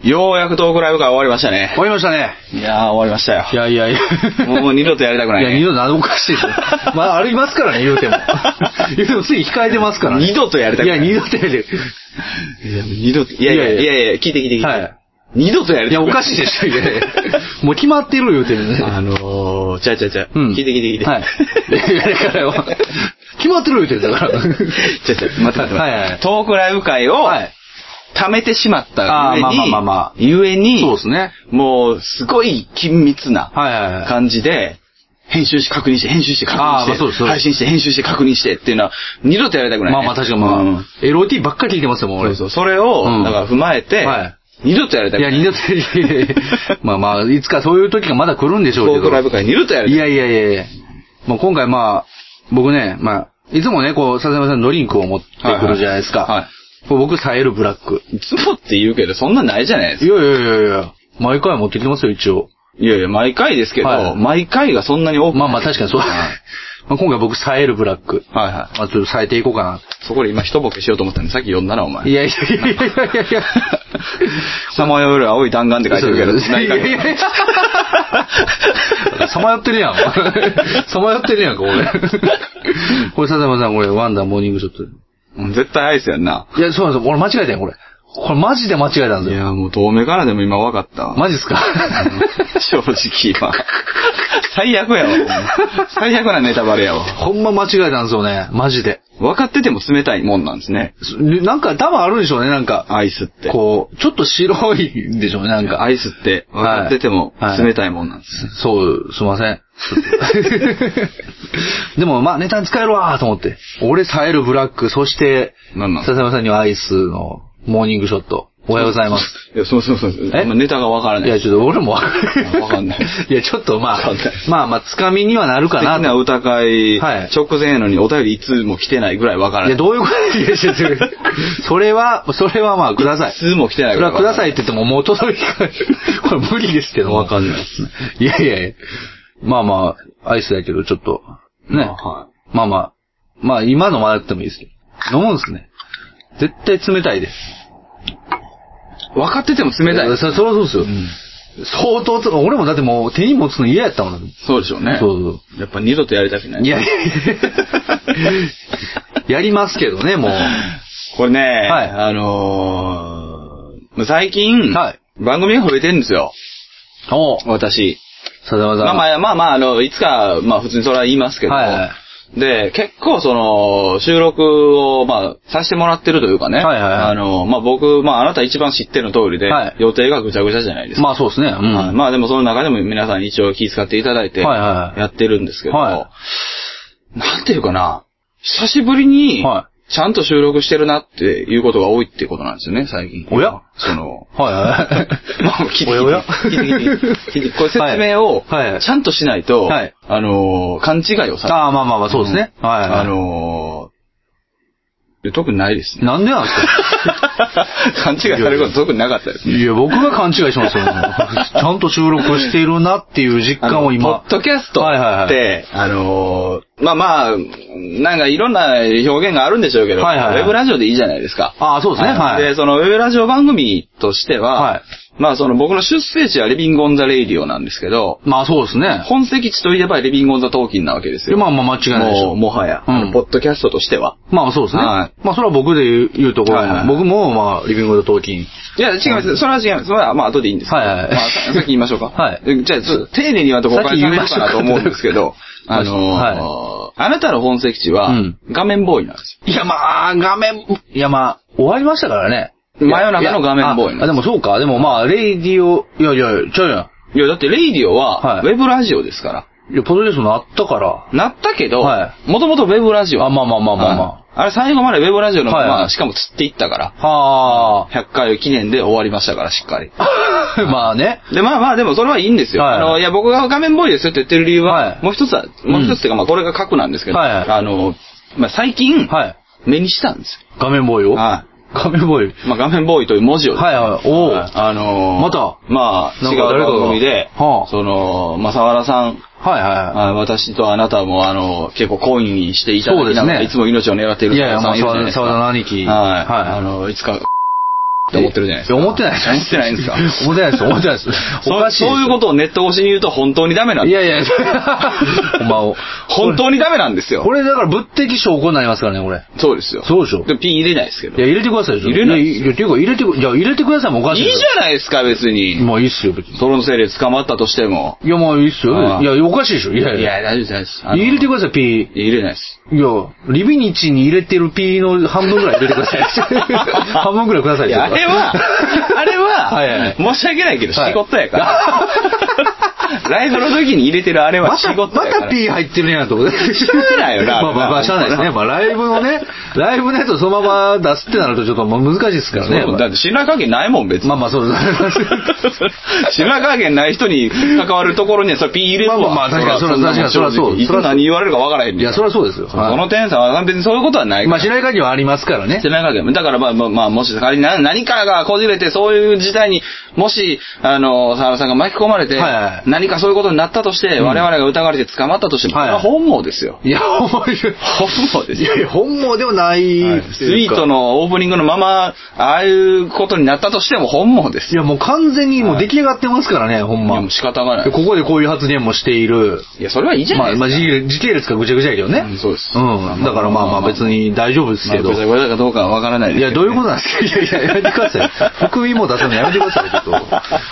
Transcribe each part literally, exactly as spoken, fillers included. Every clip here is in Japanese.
ようやくトークライブ会終わりましたね。 終わりましたね。 いやー終わりましたよ。 いやいやいや。 もうもう二度とやりたくない、ね。 いや、二度となんでおかしいですよ。まあ、ありますからね、言うても。言うても次控えてますからね。 二度とやりたくない。 いや、二度とやりたくいや、二度と、いやいやいやいや、聞いて聞いて聞いて。はい。二度とやりたくない。 いや、おかしいでしょ、いやいや。もう決まってる言うてるね。 あのー、ちゃうちゃうちゃう。うん。聞いて聞いて聞いて。はい。いや、だからよ。 決まってる言うてるだから。 ちゃうちゃう、待って待って。はいはい。トークライブ会を、はい。貯めてしまったゆえに、まあまあまあまあ、ゆえに、 そうですね。 もう、すごい緊密な感じで、編集して確認して、編集して確認して、あ、まあそうです、配信して、編集して確認してっていうのは、二度とやりたくない、ね。 まあまあ確かにまあ、うん、エルオーティー ばっかり聞いてますよ、もう俺。 そうそう。それを、うん、だから踏まえて、はい。二度とやりたくない。 いや、二度とやりたくない。まあまあ、いつかそういう時がまだ来るんでしょうけど。 トークライブ会二度とやりたくない。 いやいやいやもう今回まあ、僕ね、まあ、いつもね、こう、笹山さんドリンクを持ってくるじゃないですか。はい、はい。僕、サエルブラック。 いつもって言うけど、そんなないじゃないですか。 いやいやいやいや。毎回持ってきてますよ、一応。 いやいや、毎回ですけど、はい、毎回がそんなに多くない。 まあまあ確かにそう。まあ今回僕、サエルブラック。はいはい。まあちょっと冴えていこうかな。 そこで今一ボケしようと思ったんで、さっき読んだな、お前。 いやいやいやいやいやいや。 さまようる青い弾丸って書いてるけど、何か。いやいやいや。さまよってるやん。さまよってるやんか、俺。これ、笹山さん、これ、ワンダーモーニングショット。 絶対アイスやんな。 いや、そうなんですよ。俺間違えたよ、これ。これマジで間違えたんですよ。 いや、もう遠目からでも今分かった。 マジっすか正直今。最悪やわ。最悪なネタバレやわ。 ほんま間違えたんですよね。マジで。 分かってても冷たいもんなんですね。 なんか多分あるんでしょうね、なんか。 アイスって。 こう、ちょっと白いんでしょうね、なんか。 アイスって分かってても冷たいもんなんです、ねはいはい。そう、すいません。でもまあネタに使えるわーと思って。俺サエルブラック、そして、笹山さんにはアイスのモーニングショット。おはようございます。 いや、そうそうそう。えネタがわからない。 いや、ちょっと俺もわかんない。 いや、ちょっとまあ、まあまあ、つかみにはなるかなと。 素敵な歌会、はい、直前やのにお便りいつも来てないぐらいわからない。 いや、どういうことですかそれは、それはまあ、ください。 いつも来てないぐらい。それはくださいって言ってももう届きかこれ無理ですけど。 わかんないですね。 いやいやいや。まあまあ、アイスだけど、ちょっと、ね。あはい、まあまあ、まあ今飲まなくてもいいですけど。飲むんですね。絶対冷たいです。 分かってても冷たい。 そ、そりゃそうですよ。うん、相当つ、俺もだってもう手に持つの嫌やったもん。 そうでしょうね。 そうそう。 やっぱ二度とやりたくない。 いやいやいや。やりますけどね、もう。 これね、はい、あのー、最近、はい、番組が増えてるんですよ。 お私。 さだまさん。 まあまあまあまあ、あの、いつか、まあ普通にそれは言いますけど、はいはい、で、結構その、収録を、まあ、させてもらってるというかね。はいはいはい。あの、まあ僕、まああなた一番知ってる通りで、はい、予定がぐちゃぐちゃじゃないですか。 まあそうですね。うん、 はい、まあでもその中でも皆さんに一応気遣っていただいて、やってるんですけど、はいはい、なんていうかな、久しぶりに、はいちゃんと収録してるなっていうことが多いっていうことなんですよね、最近。 おやその、 はいはい。 まあ、聞いて、おやおや聞いて、聞いて、これ説明を、ちゃんとしないと、はい、あのー、勘違いをされる。 ああ、まあまあまあ、そうですね。 うん、はい、はい。あのー、特にないですね。 なんでなんですか勘違いされること特になかったですね。 いや、僕が勘違いしますよ。ちゃんと収録しているなっていう実感を今。 ポッドキャストって、はいはいはい、あのー、まあまあ、なんかいろんな表現があるんでしょうけど、はいはいはい、ウェブラジオでいいじゃないですか。 ああ、そうですね。はい。 で、そのウェブラジオ番組としては、はい、まあその僕の出生地はリビングオンザレイディオなんですけど、 まあそうですね。 本籍地といえばリビングオンザトーキンなわけですよ。 まあまあ間違いないでしょ。 もう、もはや、うん、ポッドキャストとしては。 まあそうですね。はい、まあそれは僕で言うところ、はいはい、僕もまあリビングオンザトーキン。 いや、違います。それは違います。それはまあ後でいいんですけど。はいはい。まあさっき言いましょうか。はい。じゃあ、丁寧に言わんと誤解されるかなと思うんですけど、あのー、はい、あなたの本籍地は、画面ボーイなんですよ。いやまあ、画面、いやまあ、終わりましたからね。 真夜中の画面ボーイなんです。 あ、でもそうか。でもまあ、レイディオ、いやいや、ちゃうやん。いや、だってレイディオは、ウェブラジオですから。 いや、ポッドキャストなったから。 なったけど、はい。もともとウェブラジオ。 あ、まあまあまあまあまあ。 あれ最後までウェブラジオのまま、はい、しかも釣っていったから。はあ。ひゃっかい記念で終わりましたから、しっかり。 まあね。 で、まあまあ、でもそれはいいんですよ。はい、あの、いや、僕が画面ボーイですよって言ってる理由は、はい、もう一つは、もう一つっていうか、まあこれが核なんですけど、はいはい、あの、まあ最近、はい、目にしたんですよ。 画面ボーイをはい。 画面ボーイ。 まあ画面ボーイという文字を。 はいはい。おー。あのー、 またまあ、違う番組で、はあ、その、まさわらさん、はいはい。私とあなたも、あの、結構懇意にしていただきながら、ね、いつも命を狙っているいやいや、まあ、沢田の兄貴。 はい。はい。あの、いつか、 って思ってるじゃないですか。 思ってないです。 思ってないんですか。 思ってないです。思ってないです。おかしい。 そういうことをネット越しに言うと本当にダメなんです。 いやいや、お前本当にダメなんですよ。 これだから物的証拠になりますからね、これ。 そうですよ。 そうでしょ。 で、ピー入れないですけど。 いや、入れてくださいよ。 入れない。 いや、ていうか入れてく、いや、入れてくださいもおかしい。 いいじゃないですか、別に。 まあいいっすよ、別に。 そのせいで捕まったとしても。 いや、まあいいっすよ。いや、おかしいでしょ。いやいや、大丈夫です、大丈夫です。 入れてください、ピー。 入れないです。 いや、リビニチに入れてるピーの半分ぐらい入れてください。半分ぐらいください。 いや、あれは、あれは、 はいはい、 申し訳ないけど仕事やから。ライブの時に入れてるあれは仕事やから。 また P 入ってるやんと思って。 しゃあないよな。 まあまあまあ、しゃあないですね。まあライブのね、ライブのやつをそのまま出すってなるとちょっと難しいですからね。 だって信頼関係ないもん別に。 まあまあそうです。 信頼関係ない人に関わるところにはそれ P 入れるわ。 まあまあまあ確かにそれは確かにそれはそう。 いつ何言われるか分からへんねん。 いや、それはそうですよ。 その点さは別にそういうことはないから。 まあ信頼関係はありますからね。 信頼関係。だからまあまあまあ、もし仮に何かがこじれてそういう事態に、もし、あの、沢田さんが巻き込まれて、何かそういうことになったとして、我々が疑われて捕まったとしても、これは本望ですよ。 いや、本望ですよ。 いやいや、本望でもない。 スイートのオープニングのまま、ああいうことになったとしても本望です。 いや、もう完全にもう出来上がってますからね、ほんま。いや、 もう仕方がない。 ここでこういう発言もしている。 いや、それはいいじゃないですか。 まあ、時系列かぐちゃぐちゃやけどね。 そうです。 うん。だからまあまあ別に大丈夫ですけど。 ぐちゃぐちゃかどうかはわからないです。 いや、どういうことなんですか。いやいや、やめてください。含みも出すのやめてください、ちょっと。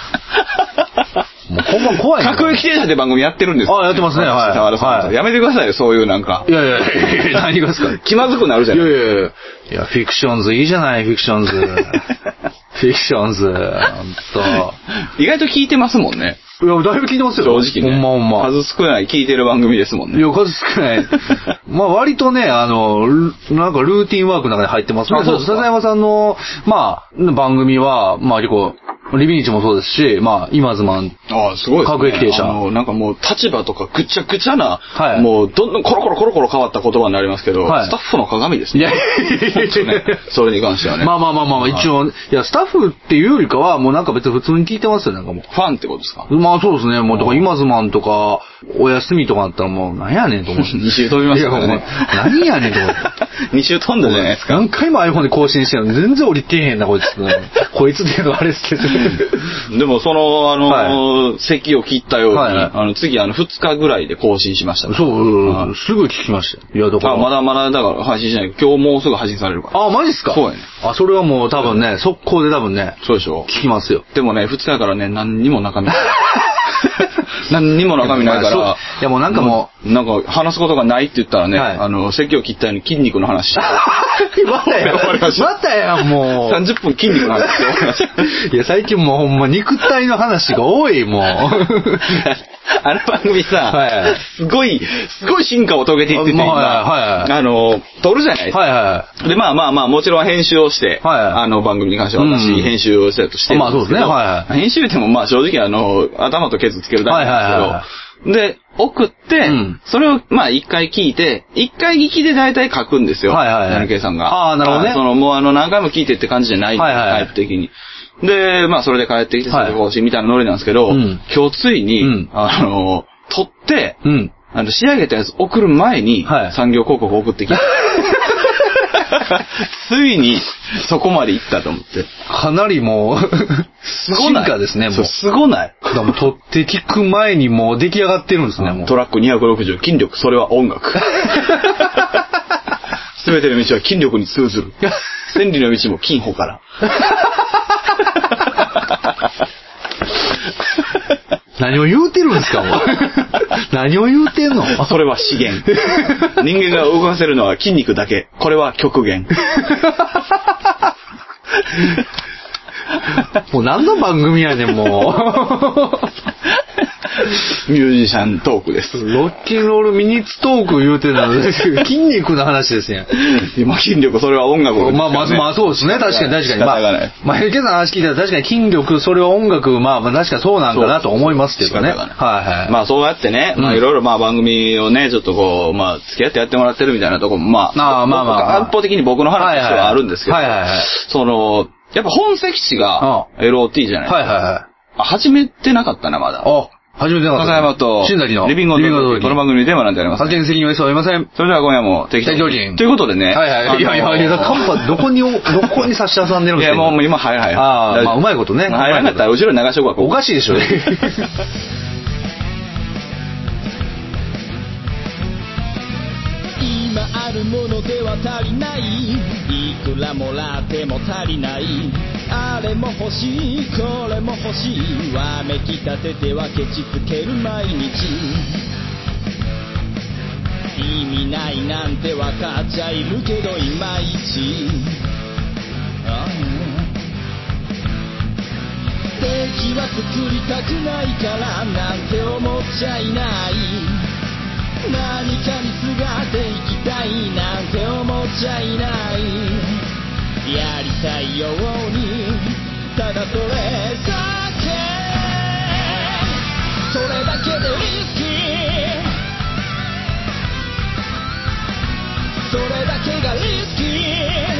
もうほんま怖いな。 各駅停車で番組やってるんですああ、やってますね、はい。 はい。やめてくださいよ、そういうなんか。 いやいやいや、何がですか。 気まずくなるじゃないですか。いやいやいや。いや、フィクションズいいじゃない、フィクションズ。フィクションズ、ほんと。 意外と聞いてますもんね。 いや、だいぶ聞いてますよ。 正直ね。 ほんまほんま。 数少ない聞いてる番組ですもんね。 いや、数少ない。まあ割とね、あの、なんかルーティンワークの中に入ってますね。そう、笹山さんの、まあ、番組は、まあ結構、リビニチもそうですし、まあ、今ズマン。 ああ、すごいですね。 各駅停車。 あの、なんかもう立場とかぐちゃぐちゃな、はい、もうどんどんコロコロコロコロ変わった言葉になりますけど、はい、スタッフの鏡ですね。いやいやいやね、それに関してはね。 まあまあまあまあ、一応、いや、スタッフっていうよりかは、もうなんか別に普通に聞いてますよ、なんかもう。 ファンってことですか？ まあそうですね、もう、とか今ズマンとか、お休みとかあったらもう、なんやねんと思って。 に週飛びましたからね。 何やねんと思って。 に週飛んだじゃないですか。 何回も iPhone で更新してるの全然降りてへんな、こいつ。こいつっていうのはあれですけど。 でも、その、あの、はい、席を切ったように、はいはい、あの、次、あの、ふつかぐらいで更新しました、ね。 そう、はい、すぐ聞きました。いや、だから。 あ、まだまだ、だから配信しない。今日もうすぐ配信されるから。 あ、マジっすか？ そうやね。 あ、それはもう多分ね、速攻で多分ね。 そうでしょ。 聞きますよ。 でもね、ふつかからね、何にも中身。何にも中身ないから。 いや、もうなんかもう、なんか話すことがないって言ったらね、はい、あの、席を切ったように筋肉の話して。 またや、またや、もう。 さんじゅっぷん筋肉の話して。 いや、最近もうほんま肉体の話が多い、もう。 あの番組さ、はい、すごい、すごい進化を遂げていってて、今、はいはい、あの、撮るじゃないですか。はいはい、で、まあまあまあ、もちろん編集をして、はいはい、あの番組に関しては私、うん、編集をしたとしてるんですけど、まあそうですね、はいはい、編集でもまあ正直あの、頭とケツつけるだけなんですけど、はいはいはいはい、で、送って、うん、それをまあ一回聞いて、一回聞きで大体書くんですよ。はいはいはい。エヌケー さんが。 ああ、なるほどね。 その、もうあの、何回も聞いてって感じじゃないんで、はいはい、タイプ的に。で、まあそれで帰ってきて、それ更新みたいなノリなんですけど、はい、今日ついに、うん、あの、撮って、うん、あの仕上げたやつ送る前に、はい、産業広告送ってきて。ついに、そこまで行ったと思って。 かなりもう、 すごない。 進化ですね、もう。 そう、すごない。 でも、撮って聞く前にもう出来上がってるんですね、もう。 トラックにひゃくろくじゅう、筋力、それは音楽。すべての道は筋力に通ずる。千里の道も金歩から。 何を言うてるんですか、もう。何を言うてんの？ それは資源。人間が動かせるのは筋肉だけ。これは極限。 もう何の番組やねん、もう。 ミュージシャントークです。 ロッキンロールミニッツトーク言うてるのは筋肉の話ですね。 今筋力、それは音楽、 ね。まあまあ、まあそうですね。確かに確かに。まあ、まあ、ヘルケさんの話聞いたら確かに筋力、それは音楽、まあまあ確かそうなんかなと思いますけどね。はいはい。 まあそうやってね、まあいろいろまあ番組をね、ちょっとこう、まあ付き合ってやってもらってるみたいなところも、まあ、 あまあまあ。 一方的に僕の話としてはあるんですけど、はいはいはい。その、やっぱ本籍地が エルオーティー じゃないですか。はいはいはい。始めてなかったな、まだ。あ初めてなかった。 笹山と、 新崎の、 リビングオンザトーキン。この番組のテーマなんてあります。 発言責任は一切ありません。 それでは今夜も適当に。ということでね。 はいはい。いやいやいや、カンパ、どこに、どこに差し挟んでるんですか？ いや、もう今、はいはい。 ああ、まあ、うまいことね。 入らなかったら後ろに流しとこう。 おかしいでしょ。 今あるものでは足りない、いくらもらっても足りない、あれも欲しいこれも欲しい、わめきたててはケチつける毎日、意味ないなんてわかっちゃいるけどいまいち、敵は作りたくないからなんて思っちゃいない、何かにすがっていきたいなんて思っちゃいない、やりたいようにただそれだけ、それだけでリスキー、それだけがリスキー、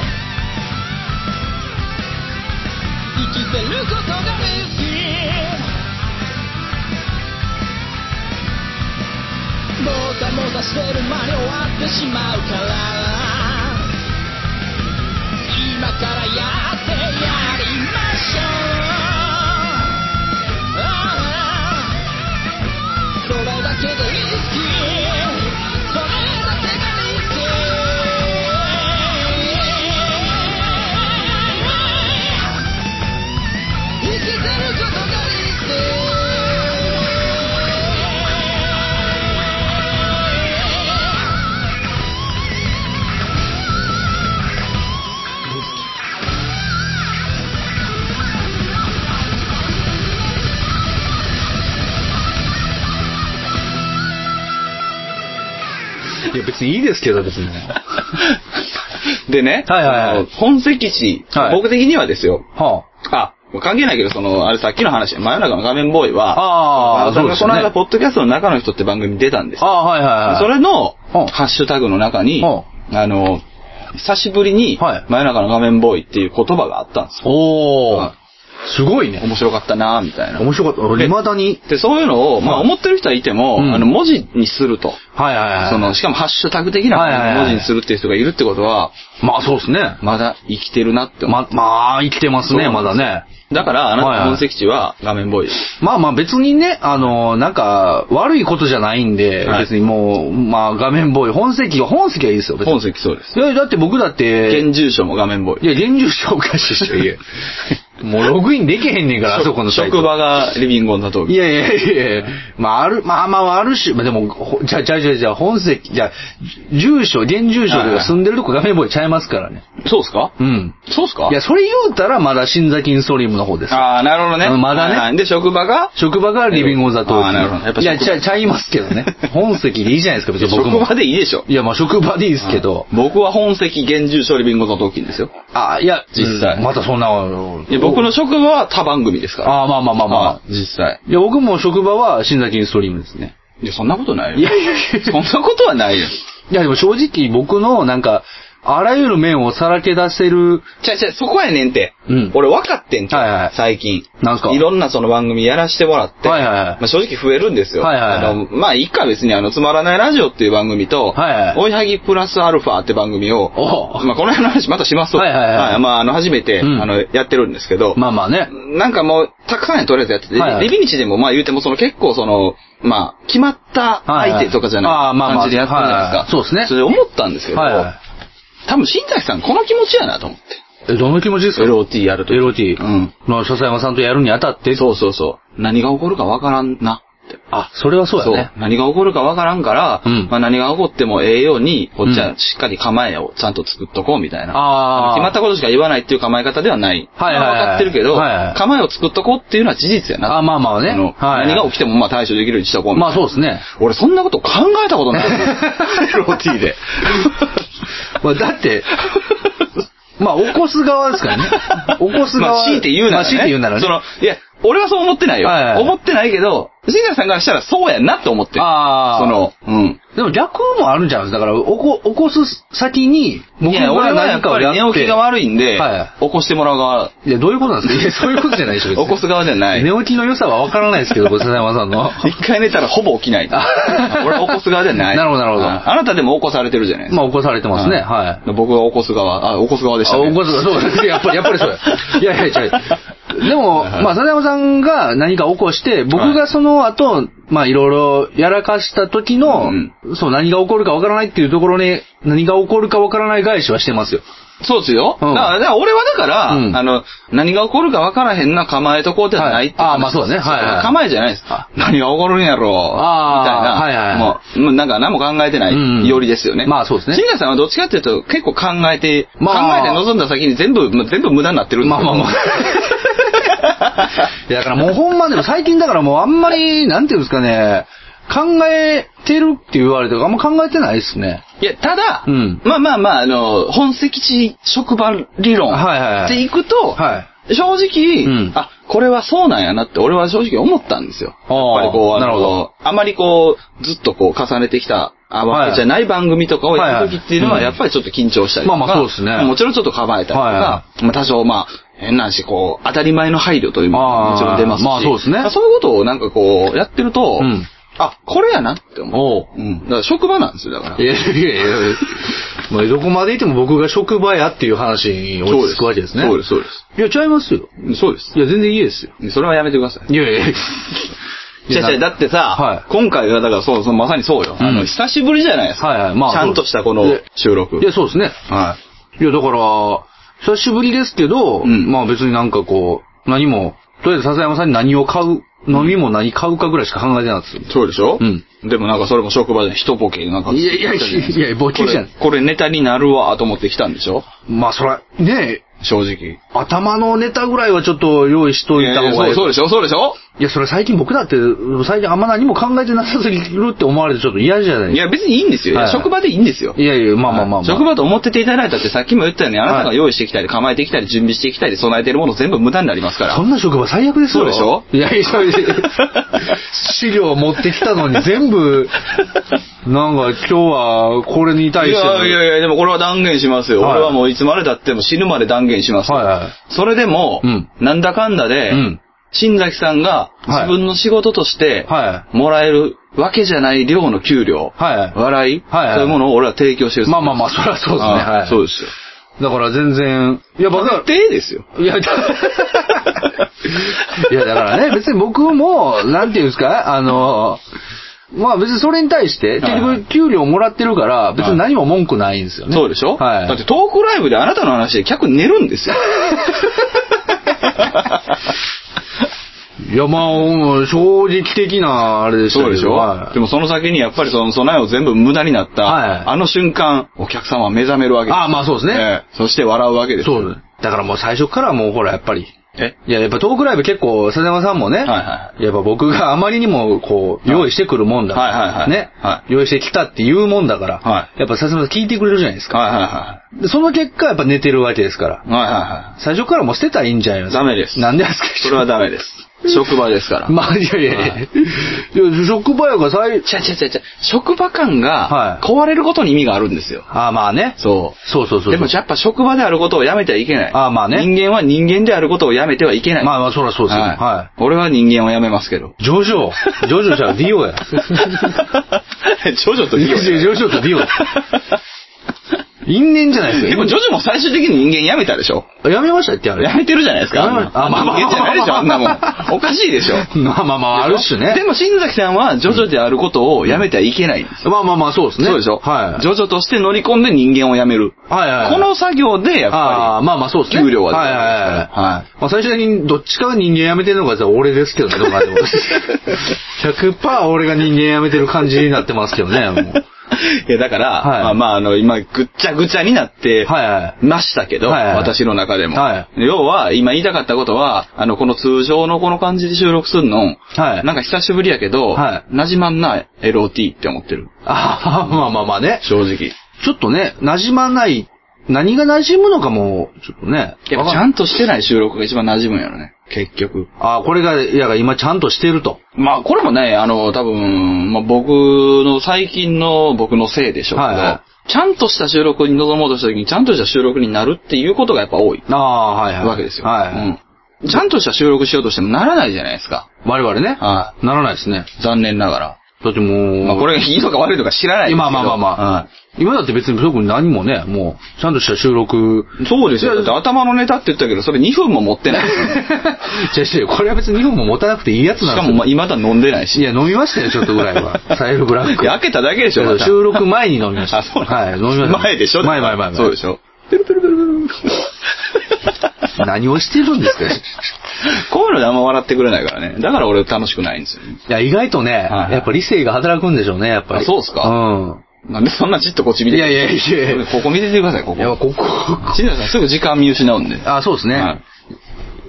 生きてることがリスキー、もたもたしてる間に終わってしまうから、今からやってやりましょう、それだけでリスキー、それだけがリスキー、生きてることがリスキー。 いや別にいいですけど別に。 でね、 はいはいはい、 本籍地、はい、僕的にはですよ。はあ。あ、関係ないけど、その、あれさっきの話、真夜中の画面ボーイは、ああ、そうですね。この間、ポッドキャストの中の人って番組に出たんですよ。ああ、はいはいはい。それの、ハッシュタグの中に、あの、久しぶりに、真夜中の画面ボーイっていう言葉があったんですよ。おー。 すごいね。 面白かったなぁ、みたいな。 面白かった。俺、未だに。 で、そういうのを、まあ、思ってる人はいても、あの、文字にすると。はいはいはい。その、しかもハッシュタグ的な文字にするっていう人がいるってことは、 まあ、そうですね。 まだ生きてるなって思う。 ま、まあ、生きてますね、まだね。 だから、あなたの本籍地は画面ボーイです。 まあまあ別にね、あの、なんか、悪いことじゃないんで、はい、別にもう、まあ画面ボーイ、本籍は、本籍はいいですよ、別に。 本籍そうです。 いや、だって僕だって、 現住所も画面ボーイ。 いや、現住所おかしいっしょ、いや。もうログインできへんねんから、あそこのサイト。 職場がリビングオンザトーキ。 いやいやいやいや、まあある、まあまああるし、まあでも、じゃあじゃあじゃあじゃあ本籍、じゃあ、住所、現住所で住んでるとこ画面ボーイちゃいますからね。 そうっすか？ うん。 そうっすか？ いや、それ言うたらまだ新崎インストリームの方です。 ああ、なるほどね。 まだね。 はい、で、職場が職場がリビングオンザトーキ。 ああ、なるほど。 やっぱいや、ちゃ、ちゃいますけどね。本籍でいいじゃないですか、別に僕も。 職場でいいでしょ。 いや、まあ職場でいいですけど。 僕は本籍、現住所、リビングオンザトーキですよ。 ああ、いや、 実際。 またそんな。 いや、僕の職場は他番組ですから。 ああ、まあまあまあまあ。 実際。 いや、僕も職場は新崎インストリームですね。 いや、そんなことないよ。 いやいやいや。 そんなことはないよ。 いや、でも正直僕のなんか、あらゆる面をさらけ出せる。 ちゃちゃ、そこやねんて。うん。俺分かってんて。はいはい。最近。 なんすか？ いろんなその番組やらしてもらって。はいはいはい。まあ正直増えるんですよ。はいはいはい。あの、まあいいか別にあの、つまらないラジオっていう番組と、はいはい。おいはぎプラスアルファって番組を、おまあこの辺の話またしますと。はいはいはい。はい。まああの、初めて、うん、あの、やってるんですけど。 まあまあね。 なんかもう、たくさんとりあえずやってて、はいはい、リビニチでもまあ言うてもその結構その、まあ、決まった相手とかじゃない感じでやってるじゃないですか。 そうですね。 それで思ったんですけど、はいはい、多分新崎さんこの気持ちやなと思って。 え、どの気持ちですか？ エルオーティー やると。 エルオーティー。うん。の、笹山さんとやるにあたって。 そうそうそう。何が起こるかわからんな。 あ、それはそうやね。 そう。何が起こるかわからんから、うん、まあ何が起こってもええように、こっちはしっかり構えをちゃんと作っとこうみたいな。ああ。決まったことしか言わないっていう構え方ではない。はいはいはい。分かってるけど、はいはい、構えを作っとこうっていうのは事実やな。 あ、まあまあね。あの、 はいはい、何が起きてもまあ対処できるようにしとこうみたいな。 まあそうですね。 俺そんなこと考えたことない。エルオーティー で。 まあだって、まあ、起こす側ですからね。起こす側。 まあ、強いて言うならね。まあ、 強いて言うならね。 その、いや、 俺はそう思ってないよ。はいはい、思ってないけど、新崎さんからしたらそうやんなって思ってる。ああ。その、うん。 でも逆もあるんじゃないですか。だから、起こ、起こす先に、 僕が俺はやっぱり寝起きが悪いんで、はい、起こしてもらう側。 いや、どういうことなんですか？いや、そういうことじゃないでしょ。 起こす側じゃない。 寝起きの良さは分からないですけど、笹山さんの。 一回寝たらほぼ起きない。俺は起こす側じゃない。 なるほど、なるほど。 あなたでも起こされてるじゃないですか。 まあ、起こされてますね。はい。 僕は起こす側、あ、起こす側でしたね。 あ、起こす側、そうです。やっぱり、やっぱりそうや。いやいや、違う。でも、はいはい、まあ、笹山さんが何か起こして、僕がその後、はい、まあ、いろいろやらかした時の、うん、そう、何が起こるかわからないっていうところに、何が起こるかわからない返しはしてますよ。 そうですよ。うん、だから、だから俺はだから、うん、あの、何が起こるかわからへんな構えとこうではないって、はい。 ああ、まあそうだね。はい、はい。 構えじゃないです。何が起こるんやろう。ああ。みたいな。はいはい。もう、もうなんか何も考えてないよりですよね。 うん、まあそうですね。 新谷さんはどっちかっていうと結構考えて、まあ、考えて臨んだ先に全部、全部無駄になってるんですよ。まあまあまあ。 いやだからもうほんまでも最近だからもうあんまり、なんていうんですかね、考えてるって言われてあんま考えてないですね。 いや、ただ、うん、まあまあまあ、あの、本籍地職場理論っていくと、はいはいはい、正直、うん、あ、これはそうなんやなって俺は正直思ったんですよ。やっぱりこう、あの、あまりこう、ずっとこう重ねてきたわけじゃない番組とかをやるときっていうのはやっぱりちょっと緊張したりとか、 まあまあそうですね。 もちろんちょっと構えたりとか、はいはい、まあ多少まあ、変なし、こう、当たり前の配慮というのももちろん出ますし、 まあそうですね。 そういうことをなんかこう、やってると、うん、あ、これやなって思う。うん。だから職場なんですよ、だから。いやいやいやいやまあどこまでいても僕が職場やっていう話に落ち着くわけですね。 そうです、そうです。 いや、違いますよ。 そうです。 いや、全然いいですよ。 それはやめてください。 いやいやいや。 いやいや、だってさ、はい、今回はだからそうそう、まさにそうよ。うん、あの、久しぶりじゃないですか。はいはい。まあ、ちゃんとしたこの収録。 いや、そうですね。はい。いや、だから、久しぶりですけど、うん、まあ別になんかこう、何も、とりあえず笹山さんに何を買う、飲みも何買うかぐらいしか考えてなかったですよ。 そうでしょ？うん。でもなんかそれも職場で一ボケなんか。 いやいやいやいや、ボケじゃん。 これネタになるわと思ってきたんでしょ？ まあそら、ねえ。 正直。 頭のネタぐらいはちょっと用意しといた方がいい。いやいやそう、そうでしょそうでしょいや、それ最近僕だって、最近あんま何も考えてなさすぎるって思われてちょっと嫌じゃないですか。 いや、別にいいんですよ。はい、職場でいいんですよ。 いやいや、まあまあまあ、まあ、 職場と思ってていただいたってさっきも言ったように、あなたが用意してきたり、構えてきたり、準備してきたり、備えてるもの全部無駄になりますから。 そんな職場最悪ですよ。 そうでしょいやいや、資料持ってきたのに全部、なんか今日はこれに対して。いやいやいや、でもこれは断言しますよ。はい、俺はもういつまでだっても死ぬまで断言します。はいはい。それでも、うん、なんだかんだで、うん、新崎さんが自分の仕事としてもらえるわけじゃない量の給料、はい、笑い、はいはい、そういうものを俺は提供してる。 まあまあまあ、それはそうですね。はい、 そうですよ。 だから全然、いや、僕は。 手ですよ。 いや、いや、だからね、別に僕も、なんていうんですか、あの、まあ別にそれに対して、結局給料もらってるから、別に何も文句ないんですよね。 そうでしょ？はい。だってトークライブであなたの話で客寝るんですよ。いや、まあ、正直的な、あれでしたけど。 そうでしょ、はい、でもその先にやっぱりその備えを全部無駄になった、はい、あの瞬間、お客様は目覚めるわけです。 ああ、まあそうですね、えー。そして笑うわけです。 そうです。だからもう最初からもうほら、やっぱり。えいや、やっぱトークライブ結構、笹山さんもね、はいはい、やっぱ僕があまりにもこう、用意してくるもんだから、はいはいはい、ね、はい、用意してきたって言うもんだから、はい、やっぱ笹山さん聞いてくれるじゃないですか。はいはいはい、でその結果やっぱ寝てるわけですから、はいはいはい、最初からもう捨てたらいいんじゃないですか。 ダメです。 なんでですかそれはダメです。職場ですから。 まあ、いやいやいや。はい、いや職場やから最、 ちゃちゃちゃちゃ、職場感が壊れることに意味があるんですよ。 ああ、まあね。 そう。 そうそうそう。 でもやっぱ職場であることをやめてはいけない。 ああ、まあね。 人間は人間であることをやめてはいけない。 まあまあ、そらそうですよ。はい。 はい、俺は人間をやめますけど。 ジョジョ。ジョジョじゃディオや。 ジョジョとディオや。 ジョジョとディオや。因縁じゃないですか。 でもジョジョも最終的に人間やめたでしょ。 やめましたってあれ。 やめてるじゃないですか。あ、まあまあ。人間じゃないでしょ、あんなもん。おかしいでしょ。 まあまあまあ、ある種ね。 でも新崎さんはジョジョであることをやめてはいけないんですよ。 まあまあまあ、そうですね。 そうでしょ。はい。ジョジョとして乗り込んで人間をやめる。はいはい。この作業でやっぱり。ああ、 まあまあそうですね。 給料は。 はいはいはい。はい。まあ最終的にどっちかが人間やめてるのが俺ですけどね、どうかでも。ひゃくパーセント 俺が人間やめてる感じになってますけどね、もう。 いや、だから、はい、まあまあ、あの、今、ぐっちゃぐちゃになってましたけど、はいはい、私の中でも、はい。要は、今言いたかったことは、あの、この通常のこの感じで収録するの、はい。なんか久しぶりやけど、はい。馴染まんない エルオーティー って思ってる。 ああ、まあまあまあね。 正直。 ちょっとね、馴染まない、何が馴染むのかも、ちょっとね。 やっぱちゃんとしてない収録が一番馴染むんやろね。 結局。 ああ、これが、いや、今ちゃんとしてると。 まあ、これもね、あの、多分、まあ僕の最近の僕のせいでしょうけど、はいはい、ちゃんとした収録に臨もうとした時にちゃんとした収録になるっていうことがやっぱ多い。 ああ、はいはい。 わけですよ。 はい、はい。 うんちゃんとした収録しようとしてもならないじゃないですか。 我々ね。 はい。 ならないですね。 残念ながら。 だってもう。 まあこれがいいのか悪いのか知らないですけど。 まあまあまあまあ。はい。今だって別に特に何もね、もう、ちゃんとした収録。 そうですよ。だって頭のネタって言ったけど、それにふんも持ってないですよね。 じゃあ、これは別ににふんも持たなくていいやつなんですよ。 しかもまあ今だ飲んでないし。 いや、飲みましたよ、ちょっとぐらいは。サイルブラック。 開けただけでしょ、ま、 収録前に飲みました。 あ、そうなんはい、飲みました。 前でしょ前前前前。 そうでしょ。ペルペルペルペル。 何をしてるんですかこういうのであんま笑ってくれないからね。だから俺楽しくないんですよね。 いや、意外とね、はいはい、やっぱ理性が働くんでしょうね、やっぱり。 あ、そうですかうん。 なんでそんなじっとこっち見ていやいやいやここ見ててください、ここ。 いや、ここ。 ちなさんすぐ時間見失うんで。 あ、そうですね。はい、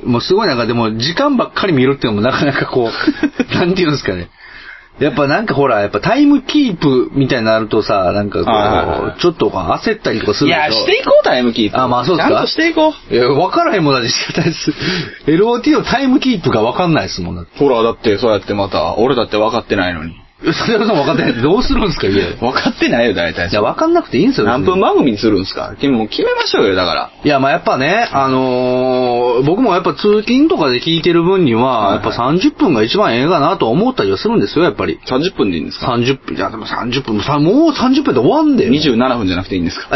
もうすごいなんかでも、時間ばっかり見るっていうのもなかなかこう、なんていうんですかね。やっぱなんかほら、やっぱタイムキープみたいになるとさ、なんかこう、はいはいはい、ちょっと焦ったりとかするでしょ。 いや、していこう、タイムキープ。 あ、まあそうですか。 ちゃんとしていこう。いや、わからへんもんだって仕方です。エルオーティー のタイムキープがわかんないですもんだって。 ほら、だってそうやってまた、俺だって分かってないのに。 それは分かってないってどうするんですか、家。 分かってないよ、大体。 いや、分かんなくていいんですよ。 何分番組にするんですか？君も決めましょうよ、だから。 いや、まあやっぱね、あのー、僕もやっぱ通勤とかで聞いてる分には、はいはい、やっぱさんじゅっぷんが一番ええかなと思ったりはするんですよ、やっぱり。 さんじゅっぷんでいいんですか？ さんじゅっぷん。いや、でもさんじゅっぷん、もうさんじゅっぷんで終わんでよ。 にじゅうななふんじゃなくていいんですか？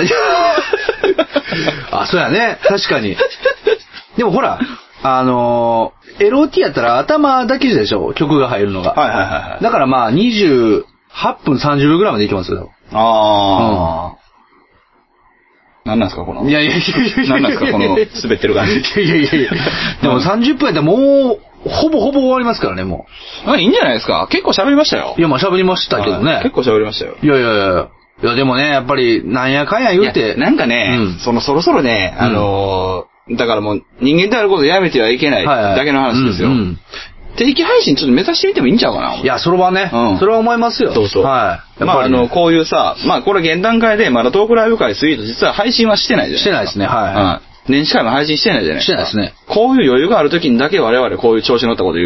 あ、そうやね。確かに。でもほら、あのー、エルオーティー やったら頭だけでしょ、曲が入るのが。 はいはいはい。 だからまあにじゅうはっぷんさんじゅうびょうぐらいまでいけますよ。 ああ。うん。何なんですか、この。 いやいやいやいや。 何なんですか、この滑ってる感じ。 いやいやいや。でもさんじゅっぷんやったらもう、ほぼほぼ終わりますからね、もう。あ、いいんじゃないですか。結構喋りましたよ。 いや、まあ喋りましたけどね。 結構喋りましたよ。 いやいやいや。いや、でもね、やっぱり、なんやかんや言うて。 なんかね、うん、その、そろそろね、あのー、うん、だからもう、人間であることやめてはいけないだけの話ですよ。はいはいうんうん定期配信ちょっと目指してみてもいいんちゃうかな。 いや、それはね、うん、それは思いますよ。 そうそう。 はい。 まあ、あの、こういうさ、まあ、これ現段階で、まだトークライブ会スイート実は配信はしてないじゃないですか。 してないですね、はい。 うん。年始会も配信してないじゃないですか。 してないですね。 こういう余裕がある時にだけ我々こういう調子乗ったこと言う。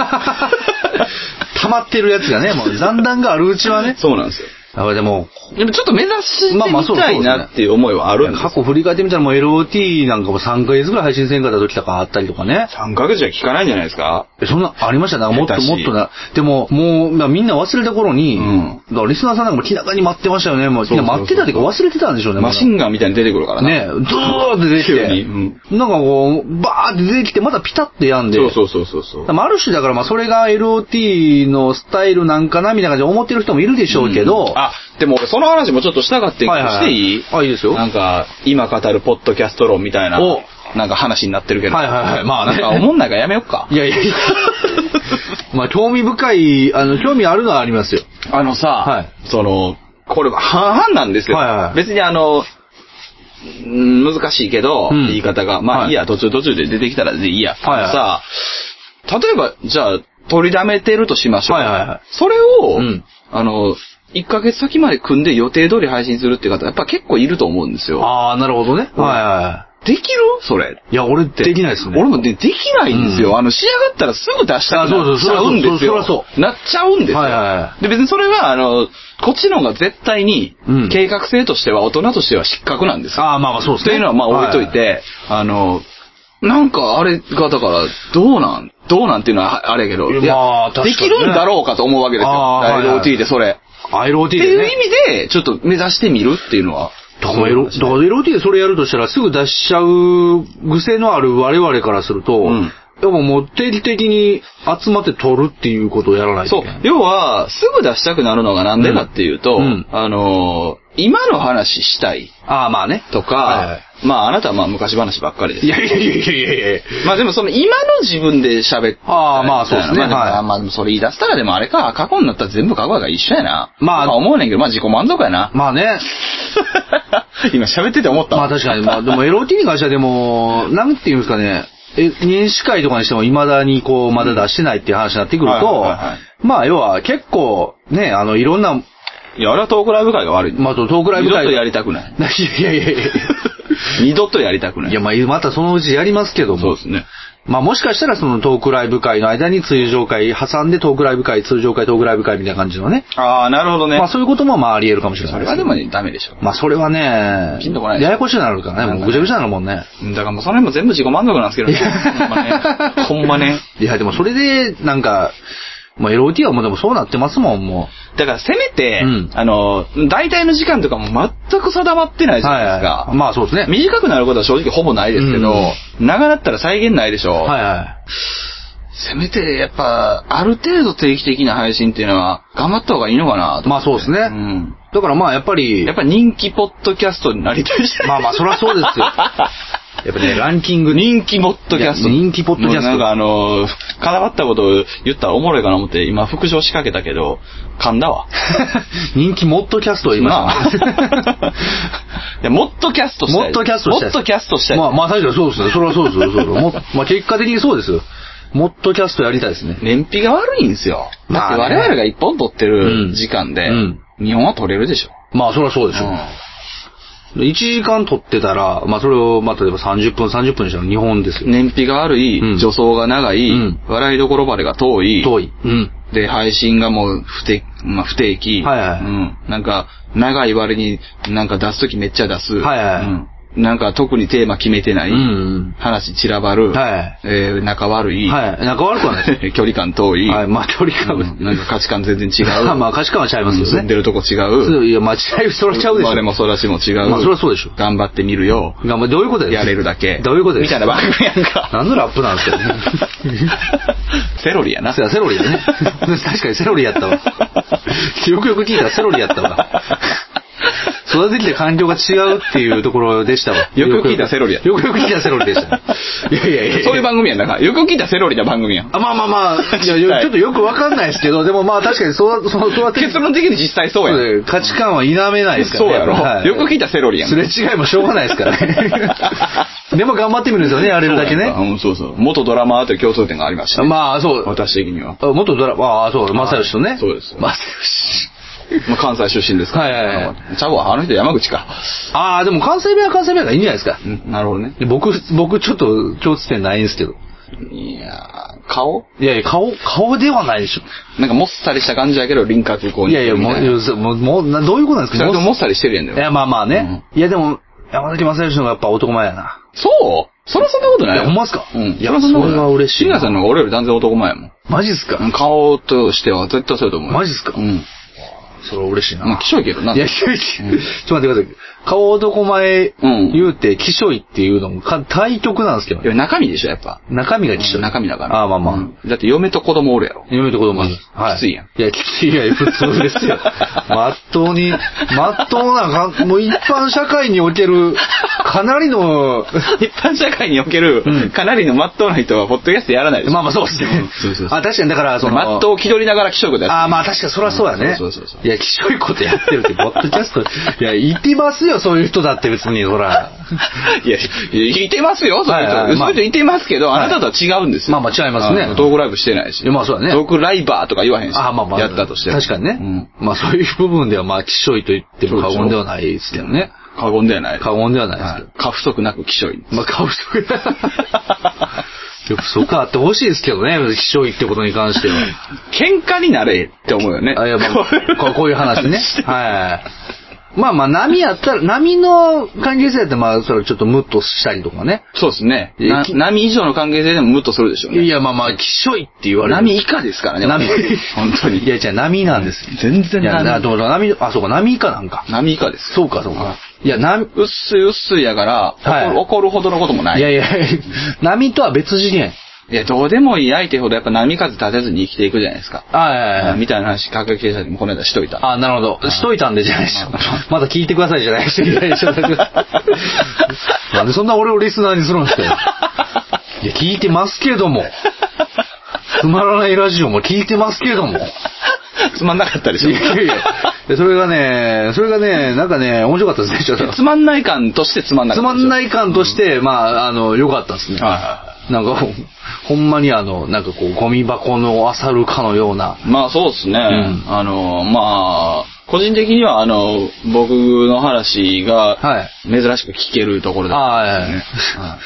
溜まってるやつがね、もう残弾があるうちはね。 そうなんですよ。 でも、 でもちょっと目指してみたいなっていう思いはあるんです。 過去振り返ってみたらもう エルオーティー なんかもさんかげつぐらい配信せんかった時とかあったりとかね。 さんかげつじゃ聞かないんじゃないですか？ そんな、ありましたね。もっともっとな。でも、もう、みんな忘れた頃に、うん、だからリスナーさんなんかも気長に待ってましたよね。もうみんな待ってたっていうか忘れてたんでしょうね。 マシンガンみたいに出てくるからね。ね、ドーって出てきて、うん、なんかこう、バーって出てきて、またピタッてやんで。 そうそうそうそうそう。 ある種だからまあそれが エルオーティー のスタイルなんかなみたいな感じで思ってる人もいるでしょうけど。 うん、あ、でもその話もちょっとしたがってしていい？ あ、いいですよ。 なんか、今語るポッドキャスト論みたいな、なんか話になってるけど。 はいはいはい。まあね。 なんか思んないからやめよっか。 いやいやいや。まあ興味深い、あの、興味あるのはありますよ。 あのさ、はい、その、これ半々なんですよ。はいはい、別にあの、ん難しいけど、うん、言い方が。まあ、はい、いいや、途中途中で出てきたらでいいや。はいはい、さ、例えば、じゃあ、取りだめてるとしましょう。はいはいはい、それを、うん、あの、いっかげつ先まで組んで予定通り配信するっていう方、やっぱ結構いると思うんですよ。 ああ、なるほどね。はいはい。 できるそれ。 いや、俺って。できないですね。 俺もで、できないんですよ。うん、あの、仕上がったらすぐ出したくなっちゃうんですよ。 そうそう。 なっちゃうんですよ。 はいはい。 で、別にそれは、あの、こっちの方が絶対に、計画性としては、大人としては失格なんですよ。 ああ、まあまあそうですね。 っていうのはまあ置いといて、はいはい、あの、なんかあれがだからどうなんどうなんっていうのはあれやけど、いや、まあ、できるんだろうかと思うわけですよ。エルオーティー でそれ。 エルオーティーで、ね。っていう意味で、ちょっと目指してみるっていうのは。 だから エルオーティー でそれやるとしたらすぐ出しちゃう癖のある我々からすると、うん、でももう定期的に集まって撮るっていうことをやらないといけない。 そう。要は、すぐ出したくなるのがなんでかっていうと、うんうん、あのー、今の話したい。 ああ、まあね。 とか、はいはい、まああなたはまあ昔話ばっかりです。 いやいやいやいやいやいやまあでもその今の自分で喋って。 ああ、まあそうですね。まあ、 はい、まあそれ言い出したらでもあれか、過去になったら全部過去が一緒やな。 まあ。 まあ思うねんけど、まあ自己満足やな。 まあね。 今喋ってて思ったまあ確かに。まあでも エルオーティー に関してはでも、なんていうんですかね。え、年始会とかにしても未だにこう、まだ出してないっていう話になってくると、まあ要は結構ね、あのいろんな、 いや、あれはトークライブ会が悪い。 まあ、トークライブ会。 二度とやりたくない。 いやいやいやいや。 二度とやりたくない。 いや、まあ、またそのうちやりますけども。 そうですね。 まあもしかしたらそのトークライブ会の間に通常会挟んでトークライブ会、通常会、トークライブ会みたいな感じのね。 ああ、なるほどね。 まあそういうこともまああり得るかもしれない。 それはでも、ね、ダメでしょ。 まあそれはね、 ピンとこないでしょ。 ややこしくなるからね、もうぐちゃぐちゃなるもんね。 だからもうその辺も全部自己満足なんですけどね。ほんまね。ほんまね。 いやでもそれで、なんか、もう エルオーティー はもうでもそうなってますもん、もう。だからせめて、うん、あの、大体の時間とかも全く定まってないじゃないですか。はいはい、 まあそうですね。 短くなることは正直ほぼないですけど、うん、長なったら再現ないでしょ。 はいはい。 せめて、やっぱ、ある程度定期的な配信っていうのは、頑張った方がいいのかなと。 まあそうですね。うん。だからまあやっぱり。 やっぱ人気ポッドキャストになりたいじゃん。 まあまあそりゃそうですよ。やっぱね、ランキング。 人気ポッドキャスト。 人気ポッドキャスト。 なんかあの、絡まったことを言ったらおもろいかな思って、今復唱仕掛けたけど、噛んだわ。 人気モッドキャストを言いましたね。 いや、モッドキャストしたい。 モッドキャストしたい。 モッドキャストしたい。 まあ、まあ、確かにそうですね。それはそうですよ。そうもまあ、結果的にそうですよ。モッドキャストやりたいですね。 燃費が悪いんですよ。だって我々が一本撮ってる時間で、にほんは撮れるでしょ。 まあ、それはそうでしょ。うん、いちじかん撮ってたら、まあそれを、まあ例えばさんじゅっぷん、さんじゅっぷんにしたらにほんですよ。 燃費が悪い、うん、助走が長い、うん、笑いどころまでが遠い。 遠い。うん。 で、配信がもう不定、まあ不定期。 はいはい。 うん。なんか、長い割になんか出すときめっちゃ出す。 はいはい。うんなんか特にテーマ決めてない。うんうん、話散らばる。 はい。 えー、仲悪い。 はい。仲悪くはないです。 距離感遠い。 はい。まあ距離感、 うん、なんか価値観全然違う。 まあ価値観は違いますよね。 住んでるとこ違う。 いや、間違い、そらちゃうでしょ。 まあでもそらしも違う。 まあそらそうでしょ。 頑張ってみるよ。 頑張って、どういうことですやれるだけ。 どういうことですみたいな番組やんか。 何のラップなんですかね。 セロリやな。 セロリやね。確かにセロリやったわ。よくよく聞いたらセロリやったわ。育ててきた環境が違うっていうところでしたわ。 よくよく聞いたセロリや。 よくよく聞いたセロリでした。いやいやいや。 そういう番組やんな。よく聞いたセロリな番組やん。 あまあまあまあ、いやちょっとよくわかんないですけど、でもまあ確かにそう、そう、そう結論的に実際そうやん。 価値観は否めないですからね。そうやろ。はい、よく聞いたセロリやん。 すれ違いもしょうがないですからね。でも頑張ってみるんですよね、やれるだけね。 うん、そうそう。元ドラマーという共通点がありました、ね。 まあそう。 私的には。 元ドラマ、ああそう、正義とね。 そうです。 正義。 まあ関西出身ですから。 はいはいはい。 ちゃうわ、あの人山口か。 ああ、でも関西弁は関西弁がいいんじゃないですか。 うん、なるほどね。 僕、僕ちょっと共通点ないんですけど。 いやー、顔いやいや、顔、顔ではないでしょ。 なんかもっさりした感じやけど輪郭こう。 いやいや、もう、もう、もう、どういうことなんですか。 それともっさりしてるやんだよ。 いや、まあまあね。うん、いやでも、山崎正義の方がやっぱ男前やな。 そうそらそんなことないよ。 いや、ほんまっすか。 うん。 いや、それは嬉しい。 シガさんの方が俺より断然男前やもん。 マジっすか。 顔としては絶対そうだと思う。 マジっすか。 うん。 それは嬉しいな。 まあ、きしょいけどな。 いや、きしょい。ちょっと待ってください。顔男前言うて、きしょいっていうのも対極なんですけど。 いや、中身でしょ、やっぱ。 中身がきしょい。 中身だから。 ああ、まあまあ、うん。 だって嫁と子供おるやろ。 嫁と子供おる。 はい。きついやん。 いや、きつい。いや、普通ですよ。まっとうに、まっとうなか、もう一般社会における、かなりの、 一般社会における、うん、かなりのまっとうな人は、ポッドキャストやらないです。 まあまあそうですね。 そうそうそう。 あ、確かに、だから、その、 まっとうを気取りながらきしょいことやってる。 ああ、まあ確かに、そりゃそうやね。 そうそうそう。 いや、きしょいことやってるって、ポッドキャスト、いや、言ってますよ、そういう人だって別に、ほら。 いや、いてますよ、そういう人。そういう人いてますけど、あなたとは違うんですよ。 まあまあ違いますね。 トークライブしてないし。 まあそうだね。 トークライバーとか言わへんし。 あまあまあ。 やったとして。 確かにね。まあそういう部分では、まあ、きしょいと言っても過言ではないですけどね。 過言ではない。 過言ではないですけど。 過不足なくきしょい。 まあ過不足。不足あってほしいですけどね、きしょいってことに関しては。 喧嘩になれって思うよね。 あ、いや、まあ、こういう話ね。はい。まあまあ、波やったら、波の関係性やったら、まあ、それちょっとムッとしたりとかね。 そうですね。波以上の関係性でもムッとするでしょうね。 いや、まあまあ、きしょいって言われる。 波以下ですからね。 波。 本当に。 いや、じゃあ波なんです。 全然波。 いや、どう波、あ、そうか、波以下なんか。 波以下です。 そうか、そうか。いや、波、 うっすいうっすいやから、はい、怒るほどのこともない。 いやいや、波とは別次元。 いや、どうでもいい相手ほどやっぱ波風立てずに生きていくじゃないですか。 ああ、いやいや。 みたいな話、科学経済でもこの間しといた。 ああ、なるほど。しといたんでじゃないでしょ。まだ聞いてくださいじゃないでしょ。なんでそんな俺をリスナーにするんですかよ。いや、聞いてますけども。つまらないラジオも聞いてますけども。 つまんなかったでしょ。いやいや。 それがね、それがね、なんかね、面白かったですね、ちょっと。 つまんない感としてつまんなかった。 つまんない感として、まあ、あの、良かったですね。はいはい。なんか、ほんまにあの、なんかこう、ゴミ箱の漁るかのような。 まあそうですね。うん、あの、まあ、個人的にはあの、僕の話が、珍しく聞けるところだったんですよね。はい、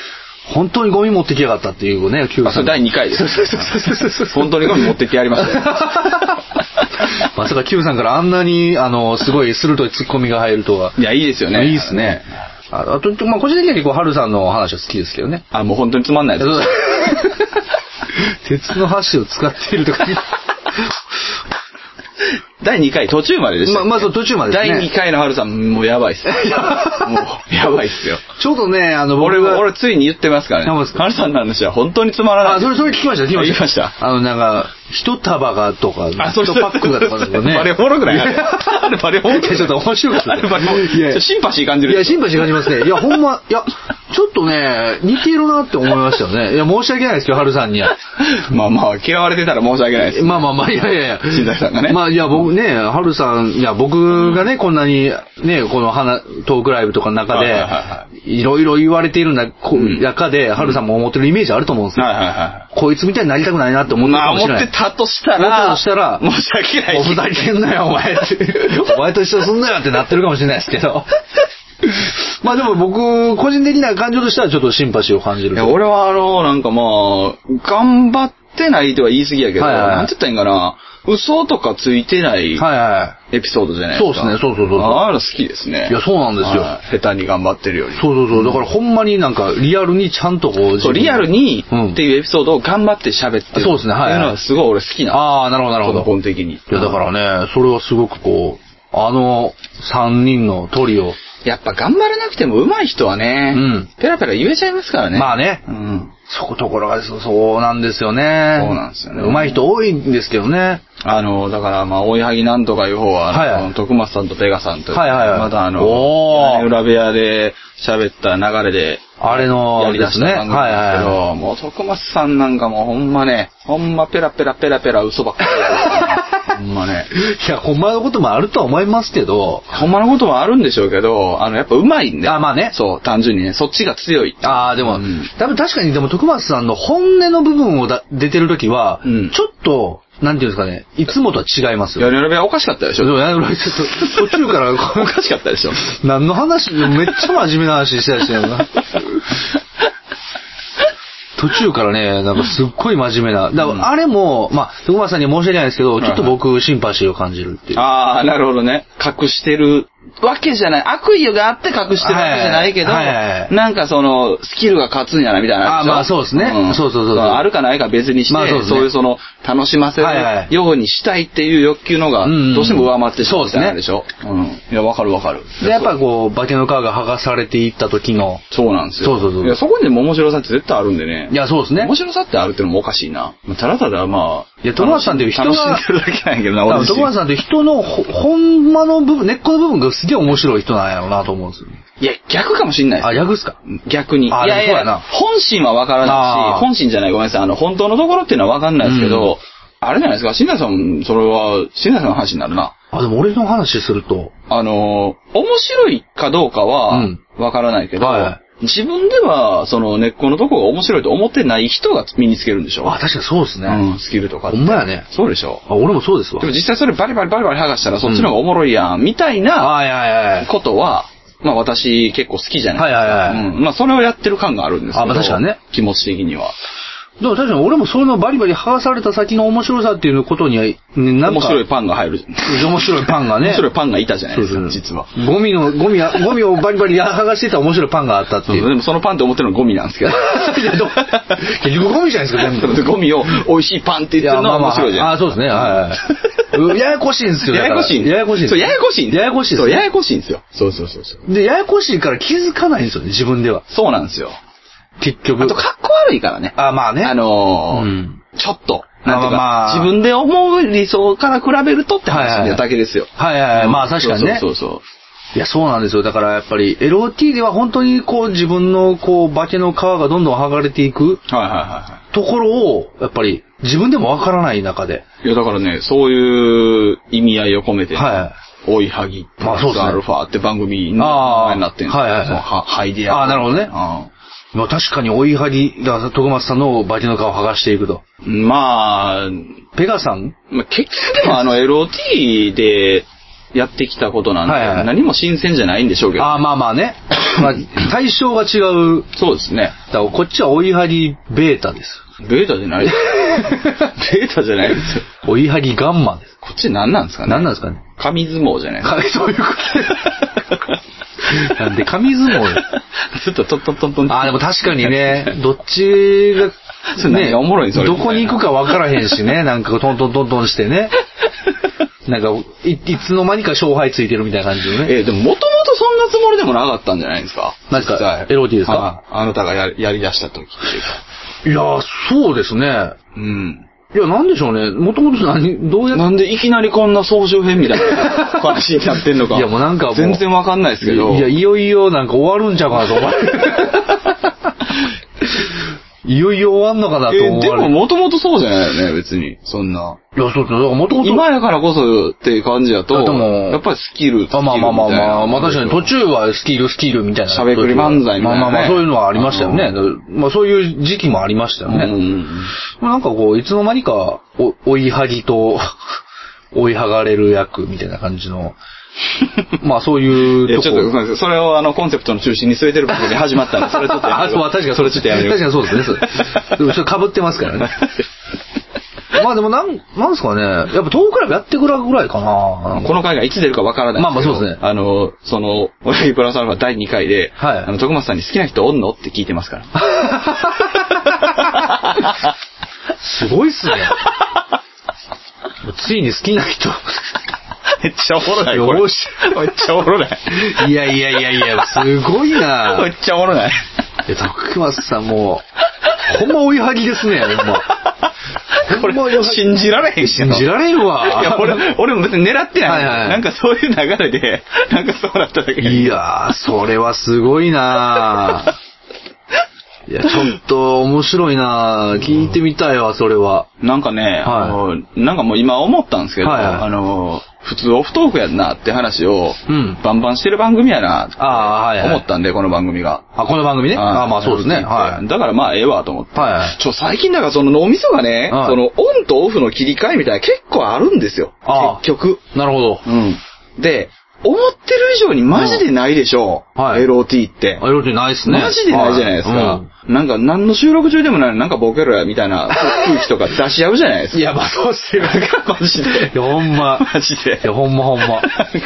本当にゴミ持ってきやがったっていうね、Q さん。 あ、それだいにかいです。本当にゴミ持ってきやりましたよ。 まさか Q さんからあんなに、あの、すごい鋭いツッコミが入るとは。 いや、いいですよね。 いいですね。あ, あと、まあ、個人的には結構、ハルさんの話は好きですけどね。 あ、もう本当につまんないです。 鉄の箸を使っているとか。 だいにかい途中まででした、 ね。まあ、まあ、途中までですね。 だいにかいのハルさん、もうやばいっす。もう、やばいっすよ。 ちょうどね、あの、 俺、俺ついに言ってますからね。ハルさんの話は本当につまらない。 あ、それ、それ聞きました、聞きました。 聞きました。 あの、なんか、一束がとか、 あ、それ、 一パックがとかね。 バレおもろくないあれバレおもろくない。 ちょっと面白かった。あれバレおもろいや、シンパシー感じる。 いや、シンパシー感じますね。いや、ほんま、いや、ちょっとね、似てるなって思いましたよね。いや、申し訳ないですけど、ハルさんには。 まあまあ、嫌われてたら申し訳ないです。 まあまあまあ、いやいやいや。 新崎さんがね。 まあ、いや、僕ね、ハルさん、いや、僕がね、こんなに、ね、この花、トークライブとかの中で、いろいろ言われている中で、ハルさんも思ってるイメージあると思うんですよ。 はいはいはい。 こいつみたいになりたくないなって思ってるかもしれない。 まあ、思ってたとしたら、 思ってたとしたら、 申し訳ない。 おふざけんなよ、お前って。お前と一緒すんなよってなってるかもしれないですけど。まあでも僕、個人的な感情としてはちょっとシンパシーを感じる。 いや、俺はあの、なんかまあ、頑張ってないとは言い過ぎやけど、はいはい、なんて言ったらいいんかな、嘘とかついてないエピソードじゃないですか。 そうですね、そうそうそう。 ああ、好きですね。 いや、そうなんですよ。 下手に頑張ってるより。 そうそうそう。だからほんまになんかリアルにちゃんとこう。 そう、リアルにっていうエピソードを頑張って喋ってる。 そうですね、はい。 っていうのはすごい俺好きな。 ああ、なるほど、なるほど。 根本的に。いや、だからね、それはすごくこう、あの三人のトリオ。 やっぱ頑張らなくても上手い人はね、うん、ペラペラ言えちゃいますからね。 まあね。うん。そこところがそうなんですよね。 そうなんですよね。 上手い人多いんですけどね。 あの、だからまあ、追いはぎなんとかいう方は、はいはい、徳松さんとペガさんという、 はいはいはい、 またあの、屋根裏部屋で喋った流れで、 あれの、 やり出した番組ですけど、はいはいはい、もう徳松さんなんかもうほんまね、ほんまペラペラペラペラ嘘ばっかりやる、ね。ほんまね。 いや、ほんまのこともあるとは思いますけど。 ほんまのこともあるんでしょうけど、あの、やっぱ上手いんで。 あ、まあね。 そう、単純にね、そっちが強い。 ああ、でも、うん、多分確かにでも徳松さんの本音の部分をだ出てるときは、うん、ちょっと、なんていうんですかね、いつもとは違いますよ。 屋根裏部屋おかしかったでしょ。 屋根裏部屋ちょっと、途中からおかしかったでしょ。 何の話、めっちゃ真面目な話してたしな。途中からね、なんかすっごい真面目な。だからあれも、まあ、徳松さんには申し訳ないですけど、ちょっと僕、シンパシーを感じるっていう。 ああ、なるほどね。隠してるわけじゃない。悪意があって隠してるわけじゃないけど、はいはいはい、なんかその、スキルが勝つんやな、みたいな。 ああ、まあそうですね、うん。そうそうそうそう。 あるかないか別にして、まあ そうですね、そういうその、楽しませるようにしたいっていう欲求のが、どうしても上回ってしまうみたいなでしょ。うん。いや、わかるわかる。 で、やっぱこう、化けの皮が剥がされていった時の。 そうなんですよ。 そうそうそう。 いや、そこにも面白さって絶対あるんでね。 いや、そうですね。 面白さってあるってのもおかしいな。ただただまあ、 いや、徳松さんっていう人が、 楽しんでるだけなんやけどな、俺自身。 徳松さんって人のほ、ほんまの部分、根っこの部分がすげえ面白い人なんやろうなと思うんですよ。 いや、逆かもしんないです。 あ、逆っすか？ 逆に。いやいや、本心はわからないし、本心じゃない、ごめんなさい。あの、本当のところっていうのはわかんないですけど、うん、あれじゃないですか、新田さん、それは、新田さんの話になるな。 あ、でも俺の話すると。 あの、面白いかどうかは、わからないけど、うんはい、自分では、その根っこのところが面白いと思ってない人が身につけるんでしょ。 あ、確かにそうですね。 うん、スキルとかって。 ほんまやね。 そうでしょ。 あ、俺もそうですわ。 でも実際それバリバリバリバリ剥がしたらそっちの方がおもろいやん、みたいなことは、まあ私結構好きじゃないですか。はいはいはい。うん。まあそれをやってる感があるんですけど。 あ、まあ確かにね。 気持ち的には。 でも確かに俺もそのバリバリ剥がされた先の面白さっていうことには、ね、 なんか面白いパンが入る。 面白いパンがね。 面白いパンがいたじゃないですか、そうそう実は。 ゴミの、ゴミは、ゴミをバリバリ剥がしてた面白いパンがあったっていう。 そうでもそのパンって思ってるのはゴミなんですけど。 結局ゴミじゃないですか、全部。 ゴミを美味しいパンって言ってるのは面白いじゃん。 ああ、そうですね。はいはい。ややこしいんですよ。 ややこしい。 ややこしい。 そう、ややこしい。 ややこしい。 そう、ややこしいんですよ。そうそうそうそう。 で、ややこしいから気づかないんですよね、自分では。 そうなんですよ。 結局。 あと、かっこ悪いからね。 あ、まあね。 あのー、うん、ちょっと。なんていうか、まあ、自分で思う理想から比べるとって話だけですよ。 はいはいはい。まあ確かにね。 そうそうそう。 いや、そうなんですよ。だからやっぱり エルオーティー では本当にこう自分のこう化けの皮がどんどん剥がれていく。はいはいはい。ところを、やっぱり自分でもわからない中で。 いや、だからね、そういう意味合いを込めて。はい。追いはぎ。まあそうですね。アルファって番組の名前になってるんですよ。はいはいはい。ハイディア。 あ、なるほどね。あまあ確かに追いはぎ、だから徳松さんの化けの皮を剥がしていくと。 まあ、 ペガさん、 まあ、結局でもあの エルオーティー でやってきたことなんで、はいはい、何も新鮮じゃないんでしょうけど、ね。 あまあまあね。まあ、対象が違う。 そうですね。 だからこっちは追いはぎベータです。 ベータじゃないです。ベータじゃないですよ。 追いはぎガンマです。 こっち何なんですかね。 何なんですかね。 神相撲じゃないですか。 そういうこと。なんで神相撲ずっとトントントントン。 あ、でも確かにね、どっちが、 ね、おもろいそれ。 どこに行くか分からへんしね、なんかトントントントンしてね。なんかい、いつの間にか勝敗ついてるみたいな感じのね。 えー、でももともとそんなつもりでもなかったんじゃないですか。 何ですか エルオーティー ですか。 あ、あなたが や, やり出した時っていうか。いや、そうですね。 うん。 いや、なんでしょうね。もともと何、どうやって。 なんでいきなりこんな総集編みたいな話になってんのか。 いや、もうなんかもう。 全然わかんないですけど。 いや、いよいよなんか終わるんちゃうかなと思われる。いよいよ終わんのかなと思われる。 えー、でももともとそうじゃないよね、別に。そんな。 いや、そうそう。もともと。 今やからこそっていう感じだと、でもやっぱりスキル、スキルみたいな。 まあまあまあまあ、まあ確かに途中はスキル、スキルみたいな。 しゃべくり漫才みたいな、ね。 まあまあまあ、そういうのはありましたよね。まあそういう時期もありましたよね。うん、なんかこう、いつの間にか、追いはぎと、追いはがれる役みたいな感じの。まあそういうとこ。 いやちょっとそれをあのコンセプトの中心に据えてることに始まったんで、それちょっとやめあ、そう確かにそれちょっとやめよう。確かにそうですね。でもそれ被ってますからね。まあでもなん、なんですかね。やっぱトークライブやってくるぐらいかな。 この回がいつ出るかわからない。 まあまあそうですね。 あの、その、オレギプラスアルファだいにかいで、はい。あの、徳松さんに好きな人おんのって聞いてますから。 すごいっすね。ついに好きな人。 めっちゃおもろない。よし。めっちゃおもろない。 いやいやいやいや、すごいな。 めっちゃおもろない。 いや、徳松さんもう、ほんま追いはぎですね、ほんま。 これ、信じられへんし。 信じられんわ。 いや、俺、俺も別に狙ってない。はいはい、なんかそういう流れで、なんかそうなっただけ。 いやー、それはすごいないや、ちょっと面白いなぁ。聞いてみたいわ、それは。 なんかね、はい、あの、なんかもう今思ったんですけど、はいはい、あの、普通オフトークやんなって話を、うん、バンバンしてる番組やなって思ったんで、この番組が。 あ、この番組ね。ああ、まあそうですね。 はい。だからまあ、ええわと思って。はいはい。ちょ、最近だからその脳みそがね、はい、そのオンとオフの切り替えみたいな結構あるんですよ。あ結局。 なるほど。 うん。で、思ってる以上にマジでないでしょ、うん、はい、エルオーティー って。 エルオーティー ないっすね。 マジでないじゃないですか。はいうん、なんか何の収録中でもない、なんかボケろやみたいな空気とか出し合うじゃないですか。 いや、まあそうっすよ。 マジで。 いや、ほんま。 マジで。 いや、ほんまほんま。 だから、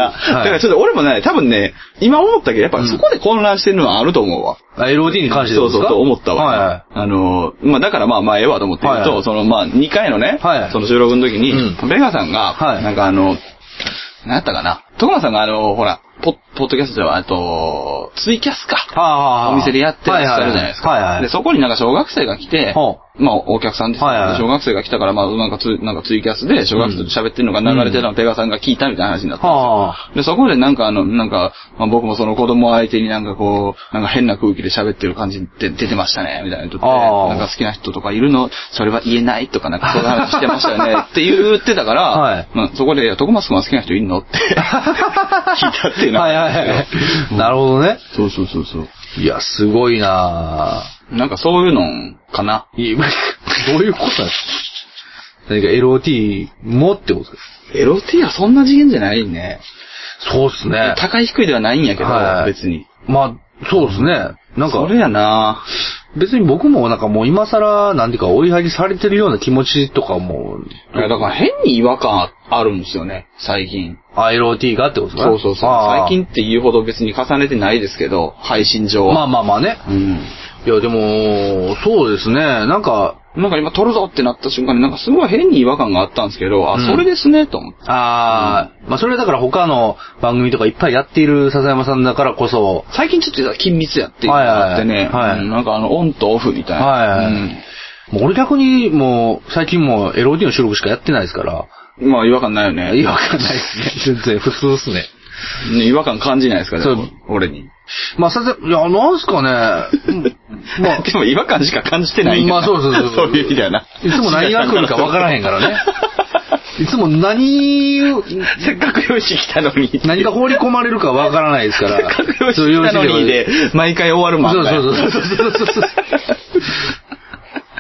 はい、だからちょっと俺もね、多分ね、今思ったけど、やっぱそこで混乱してるのはあると思うわ。 うん、エルオーティー に関してですか？ そうそうと思ったわ。はいはい。あの、まあだからまあまあええわと思って言うと、はいはい、そのまあにかいのね、はい、その収録の時に、うん、ベガさんが、はい、なんかあの、何やったかな徳間さんがあの、ほら、ポッ、ポッドキャストでは、あと、ツイキャスか。はあ、お店でやってらっしゃるじゃないですか。はいはいはい、で、そこになんか小学生が来て、はあ、まあ、お客さんですけど、はいはい、小学生が来たから、まあ、なんかツ、なんかツイキャスで小学生と喋ってるのが流れてるのをペガさんが聞いたみたいな話になったんですよ。はあ、で、そこでなんかあの、なんか、まあ、僕もその子供相手になんかこう、なんか変な空気で喋ってる感じで出てましたね、みたいなことで、なんか好きな人とかいるの、それは言えないとかなんかそういう話してましたよね、って言ってたから、はい、まあ、そこで、徳松くんは好きな人いんのって聞いたっていうのは。はいはいはい。 なるほどね。 そうそうそうそう。 いや、すごいなぁ。なんかそういうのかな。 いや、どういうことなんですか？何か エルオーティー もってことです。 エルオーティー はそんな次元じゃないね。 そうっすね。 高い低いではないんやけど、はい、別に。 まあ、そうですね。なんか。 それやな別に僕もなんかもう今更、なんていうか追いはぎされてるような気持ちとかも。 いや、だから変に違和感あるんですよね、最近。 あ、エルオーティー がってことですか？ そうそうそう。最近って言うほど別に重ねてないですけど、配信上は。 まあまあまあね。うん。いや、でも、そうですね。なんか、 なんか今撮るぞってなった瞬間になんかすごい変に違和感があったんですけど、あ、うん、それですね、と思って。 ああ、うん、まあそれだから他の番組とかいっぱいやっている笹山さんだからこそ。 最近ちょっと緊密やっていうのがあってね、はいはいはいうん、なんかあの、オンとオフみたいな。はいはいはいうん、 もう俺逆にもう最近もう エルオーティー の収録しかやってないですから。 まあ違和感ないよね。 違和感ないですね。全然普通ですね。 ね、違和感感じないですかね、俺に。 まあ、させ、いや、なんすかね。 まあ、でも違和感しか感じてないんだ。 まあ、そうそうそう。 そういう意味だよな。 いつも何が来るか分からへんからね。いつも何、 せっかく用意してきたのに。 何か放り込まれるか分からないですから。 せっかく用意してきたのにで、毎回終わるもん。 そうそうそうそうそうそう。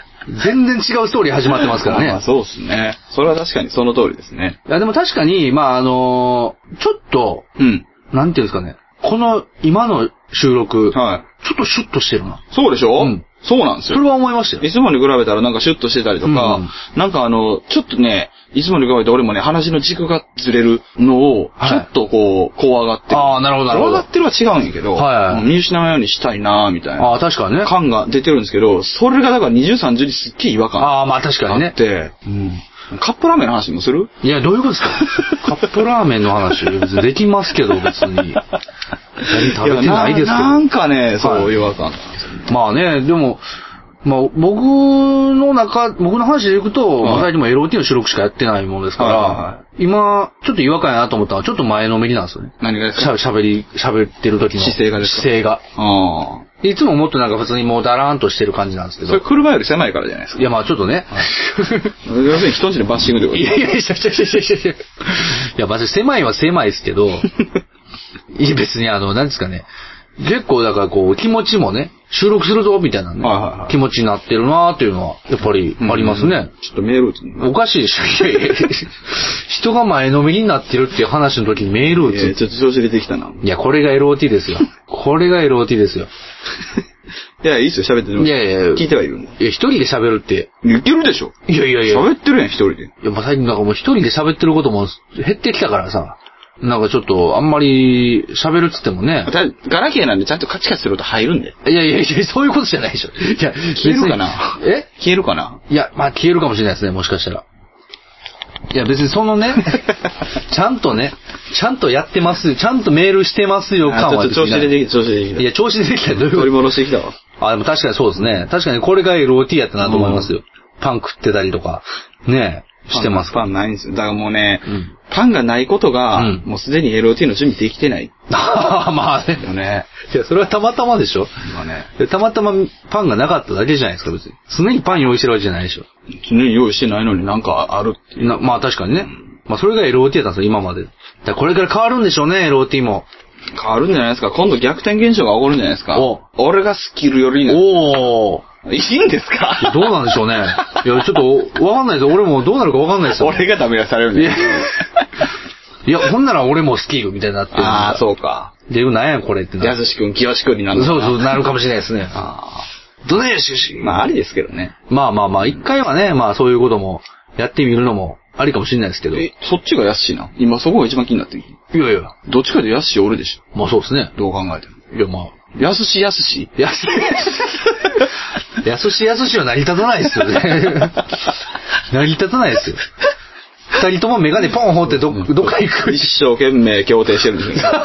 全然違うストーリー始まってますからね。 まあそうですね。それは確かにその通りですね。 いやでも確かに、まああのー、ちょっと、うん。なんていうんですかね。この今の収録、はい。ちょっとシュッとしてるな。 そうでしょ？うん。そうなんですよ。 それは思いましたよ。 いつもに比べたらなんかシュッとしてたりとか、うん、なんかあの、ちょっとね、いつもに比べて俺もね、話の軸がずれるのを、ちょっとこう、怖がってる。 ああ、なるほど、なるほど。 怖がってるは違うんやけど、はい、見失うようにしたいなみたいな。 ああ、確かにね。 感が出てるんですけど、それがだからにじゅう、さんじゅうにすっげえ違和感。 ああ、まあ確かにね。 あって、うん。カップラーメンの話もする？ いや、どういうことですか？カップラーメンの話、別にできますけど、別に。食べてないですけど。 な, なんかね、そう違和感なんですよ、 ね。まあね、でも、まあ、僕の中、僕の話でいくと、まあ、最近も エルオーティー の収録しかやってないものですから、はいはいはい、今、ちょっと違和感やなと思ったのは、ちょっと前のめりなんですよね。 何がですか？ しゃべり、喋ってる時の姿勢がですか？ 姿勢が。 あいつももっとなんか普通にもうダラーンとしてる感じなんですけど。 それ車より狭いからじゃないですか。 いや、まあちょっとね。 はい、要するに人んちのバッシングでこといやいやいやいやいやいやいや、まあ狭いは狭いですけど、いや別にあの、なんですかね。結構だからこう気持ちもね、収録するぞみたいなね、はいはいはい、気持ちになってるなーっていうのはやっぱりありますね。うんうん、 ちょっとメール打つのおかしいでしょ。いやいや人が前のめりになってるっていう話の時にメール打つ。いやちょっと調子出てきたな。 いやこれが エルオーティー ですよ。これが エルオーティー ですよ。 いやいいっすよ喋ってる。 いやいや聞いてはいるんだ。 いや一人で喋るって。 いけるでしょ。 いやいやいや。 喋ってるやん一人で。いやまあ最近なんかもう一人で喋ってることも減ってきたからさ。なんかちょっと、あんまり喋るっつってもね。 ガラケーなんでちゃんとカチカチすると入るんで。 いやいやいや、そういうことじゃないでしょ。いや、 消えるかなえ消えるかないや、まあ消えるかもしれないですね、もしかしたら。いや別にそのね、ちゃんとね、ちゃんとやってます、ちゃんとメールしてますよ感は。 ちょっと調子でできた、調子でできた。 いや、調子でできた。どういうこと？ 取り戻してきたわ。 あ、でも確かにそうですね。確かにこれが エルオーティー やったなと思いますよ。うん、パン食ってたりとか。ねえ。してます。 パンないんですよ。だからもうね、うん、パンがないことが、うん、もうすでに エルオーティー の準備できてない。 まあね。 よね。 いや、それはたまたまでしょ。 まあね。 たまたまパンがなかっただけじゃないですか、別に。常にパン用意してるわけじゃないでしょ。 常に用意してないのになんかあるっていう。 なまあ確かにね。うん、まあそれが エルオーティー だったんですよ、今まで。だからこれから変わるんでしょうね、エルオーティー も。 変わるんじゃないですか。今度逆転現象が起こるんじゃないですか。お俺がスキルよりになる。 おー。 いいんですか？ どうなんでしょうね。いや、ちょっと、わかんないです。俺もどうなるかわかんないですよ。 俺がダメ出されるんで。 いや、ほんなら俺もスキルみたいになってる。 ああ、そうか。 で、なんやこれってな。 やすしくん、きよしくんになる。 そうそう、なるかもしれないですね。ああ。どねえしし。 まあ、ありですけどね。 まあまあまあ、一回はね、まあそういうこともやってみるのもありかもしれないですけど。 え、そっちがやすしな。今そこが一番気になってる。 いやいや。 どっちかでやすし俺でしょ。 まあそうですね。 どう考えても。 いやまあ。 やすしやすし。 やすし。やすしやすしは成り立たないですよね。成り立たないですよ。二人ともメガネポン放ってど、どっか行く。 一生懸命協定してるんですよ。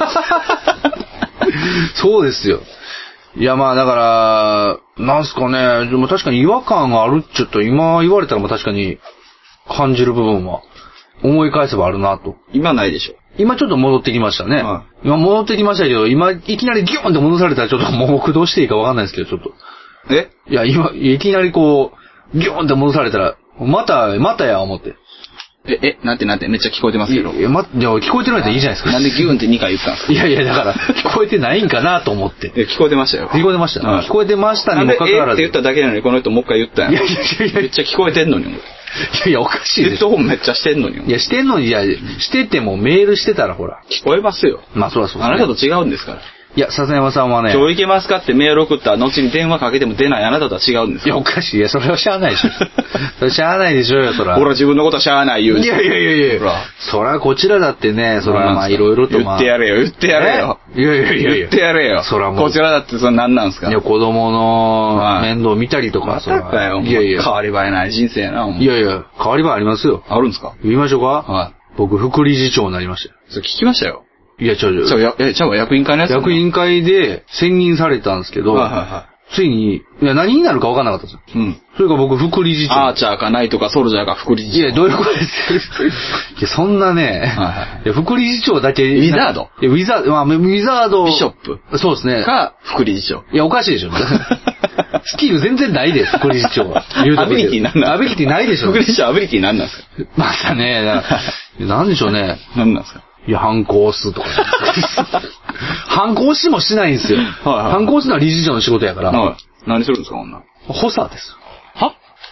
そうですよ。いやまあだから、なんすかね、でも確かに違和感があるっちゅうと、今言われたらも確かに感じる部分は思い返せばあるなと。 今ないでしょ。 今ちょっと戻ってきましたね。はい、今戻ってきましたけど、今いきなりギューンって戻されたらちょっともう僕どうしていいかわかんないですけど、ちょっと。 えいや、今、いきなりこう、ギューンって戻されたら、また、またや、思って。 え、え、なんてなんてめっちゃ聞こえてますけど。 いや、ま、いや聞こえてないといいじゃないですか。 なんでギューンってにかい言ったんですか？ いやいや、だから、聞こえてないんかなと思って。 いや、聞こえてましたよ。 聞こえてました。はい、聞こえてましたにもかかわらず。 なんでえって言っただけなのに、この人もう一回言ったんや。いやいやいやめっちゃ聞こえてんのに。 いやいや、おかしいです。 ヘッドホンめっちゃしてんのに。 いや、してんのに、いや、しててもメールしてたらほら。 聞こえますよ。 まあ、そらそうですね。 あなたと違うんですから。 いや、笹山さんはね。 今日行けますかってメール送ったら、後に電話かけても出ないあなたとは違うんですよ。 いや、おかしい。いや、それはしゃあないでしょ。それしゃあないでしょよ、そら。 ほら、自分のことはしゃあない言う。 いやいやいやいや。ほら。そら、こちらだってね、そら、まあ、いろいろとまあ。 言ってやれよ、言ってやれよ。 いやいやいや。 言ってやれよ。 そらもう。 こちらだって、それ何なんすか？ いや、子供の面倒見たりとか、 そら。またかよ。いやいや。変わり映えない人生やな、 いやいや、変わり映えありますよ。 あるんすか？ 言いましょうか？ はい。 僕、副理事長になりましたよ。 それ聞きましたよ。 いや、ちゃうちゃう。や、え、ちゃう役員会のやつ？ 役員会で選任されたんですけど、はいはいはい。ついに、いや、何になるか分からなかったんですよ。うん。それが僕、副理事長。 アーチャーかナイトかソルジャーか副理事長。 いや、どういうことですいや、そんなね、はいはい。いや、副理事長だけ。 ウィザード。 いや、ウィザード、まあ、ウィザード。 ビショップ。 そうですね。 か、副理事長。 いや、おかしいでしょ。スキル全然ないです、副理事長は。 アビリティなんなんアビリティないでしょ。 副理事長アビリティなんなんですか？ またね、なんでしょうね。 なんなんですか？ いや、反抗押すとか。反抗しもしないんですよ。はいはい、反抗すのは理事長の仕事やから。 はい。何するんですか、女。 補佐です。 は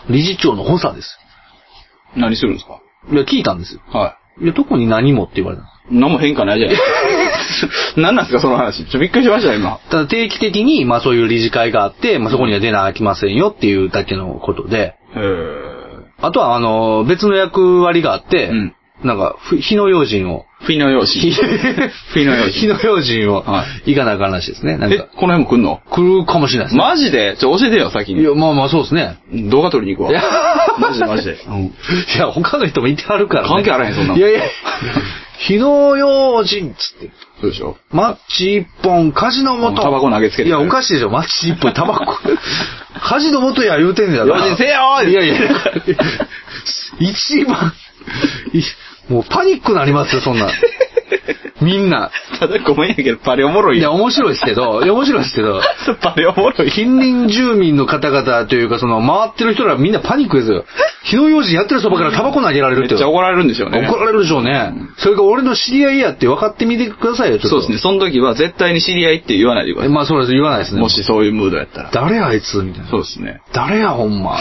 理事長の補佐です。 何するんですか？ いや、聞いたんですよ。 はい。 いや、特に何もって言われた。 何も変化ないじゃないですか。何なんですか、その話。ちょ、びっくりしました、今。 ただ定期的に、まあそういう理事会があって、まあそこには出なきませんよっていうだけのことで。 へー。 あとは、あの、別の役割があって、うん、なんか、火の用心を。 火の用心。火の用心。 火の用心を、行かなあかんらしいですね。なんか。 え、この辺も来んの？ 来るかもしれないですね。マジで？ちょ、教えてよ、先に。 いや、まあまあそうですね。 動画撮りに行くわ。マジでマジで。うん。いや、他の人もいてはるからね。 関係あらへん、そんな。 いやいや。火の用心っつって。 そうでしょ。 マッチ一本、火事の元。 タバコ投げつけて。 いや、おかしいでしょ。マッチ一本、タバコ。火事の元や言うてんねやから。 用心せよー。 いやいや。一番、もうパニックになりますよ、そんな。みんな。 ただごめんやけど、バリおもろい。 いや、面白いですけど、いや、面白いですけど、 バリおもろい。 近隣住民の方々というか、その、回ってる人らみんなパニックですよ。火の用心やってるそばからタバコ投げられるって。 めっちゃ怒られるんでしょうね。 怒られるでしょうね。うん、それが俺の知り合いやって分かってみてくださいよ、ちょっと。 そうですね。その時は絶対に知り合いって言わないでください。 まあそうです、言わないですね。 もしそういうムードやったら。 誰あいつみたいな。 そうですね。 誰や、ほんま。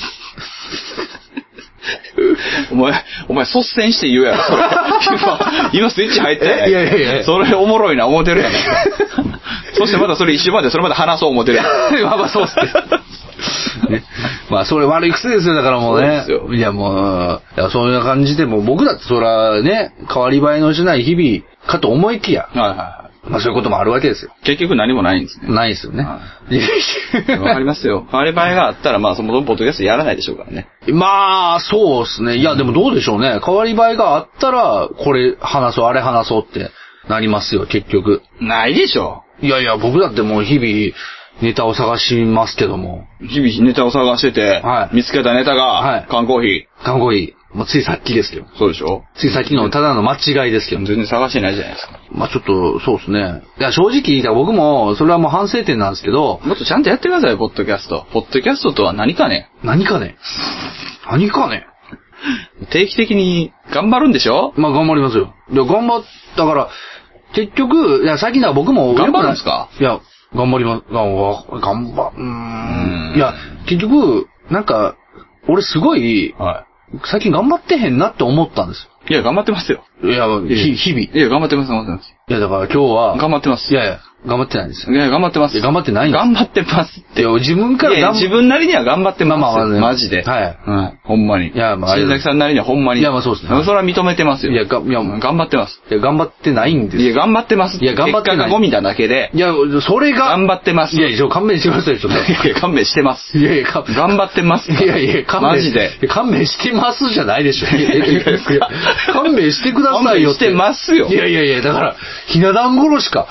お前、お前率先して言うやろ、それ。今、今スイッチ入っていやいやいや。 それおもろいな、思ってるやん。そしてまたそれ一緒まで、それまで話そう思ってるやん。 まあまあそうっすね。ね、まあそれ悪い癖ですよ、だからもうね。そうですよ。いやもう、いやそういう感じでもう僕だってそらね、変わり映えのしない日々かと思いきや。 はいはいはい。 まあそういうこともあるわけですよ。 結局何もないんですね。 ないですよね。 わかりますよ。変わり映えがあったら、まあそもそもポッドキャストやらないでしょうからね。 まあ、そうですね。いやでもどうでしょうね。変わり映えがあったら、これ話そう、あれ話そうってなりますよ、結局。 ないでしょ。 いやいや、僕だってもう日々、ネタを探しますけども。 日々ネタを探してて、はい、見つけたネタが、はい、缶コーヒー。 缶コーヒー。もうついさっきですよ。 そうでしょ？ ついさっきのただの間違いですけど。 全然探してないじゃないですか。 まあちょっと、そうですね。いや、正直言いたら僕も、それはもう反省点なんですけど。 もっとちゃんとやってくださいよ、ポッドキャスト。ポッドキャストとは何かね？ 何かね？何かね？ 定期的に頑張るんでしょ？ まあ頑張りますよ。いや、頑張った、から、結局、いや、最近だから僕も。 頑張るんですか？ いや、頑張ります。頑張、うーん。いや、結局、なんか、俺すごい、はい、最近頑張ってへんなって思ったんですよ。 いや、頑張ってますよ。 いや、ひ、日々。 いや、頑張ってます、頑張ってます。 いや、だから今日は。 頑張ってます。 いやいや、頑張ってないんですよ。 いや、頑張ってます。 いや、頑張ってないんです。 頑張ってますって。 いや、自分から頑張自分なりには頑張ってます。 まあまあまあ、ね、 マジで。 はい。 はい。ほんまに。 いや、まあ。 新崎さんなりにはほんまに。 いや、まあそうですね。 それは認めてますよ。 いや、が、いや、 頑張ってます。 いや、頑張ってないんです。 いや、頑張ってます。 いや、頑張ってない。 結果がゴミなだけで。 いや、それが。 頑張ってます。 いや、ちょ、勘弁してください、ちょっと。 いや、勘弁してます。 いやいや、頑張ってます。 いやいや、勘弁。 マジで。 勘弁してますじゃないでしょ。勘弁してくださいよって。 勘弁してますよ。 いやいやいや、だから、ひな壇殺しか。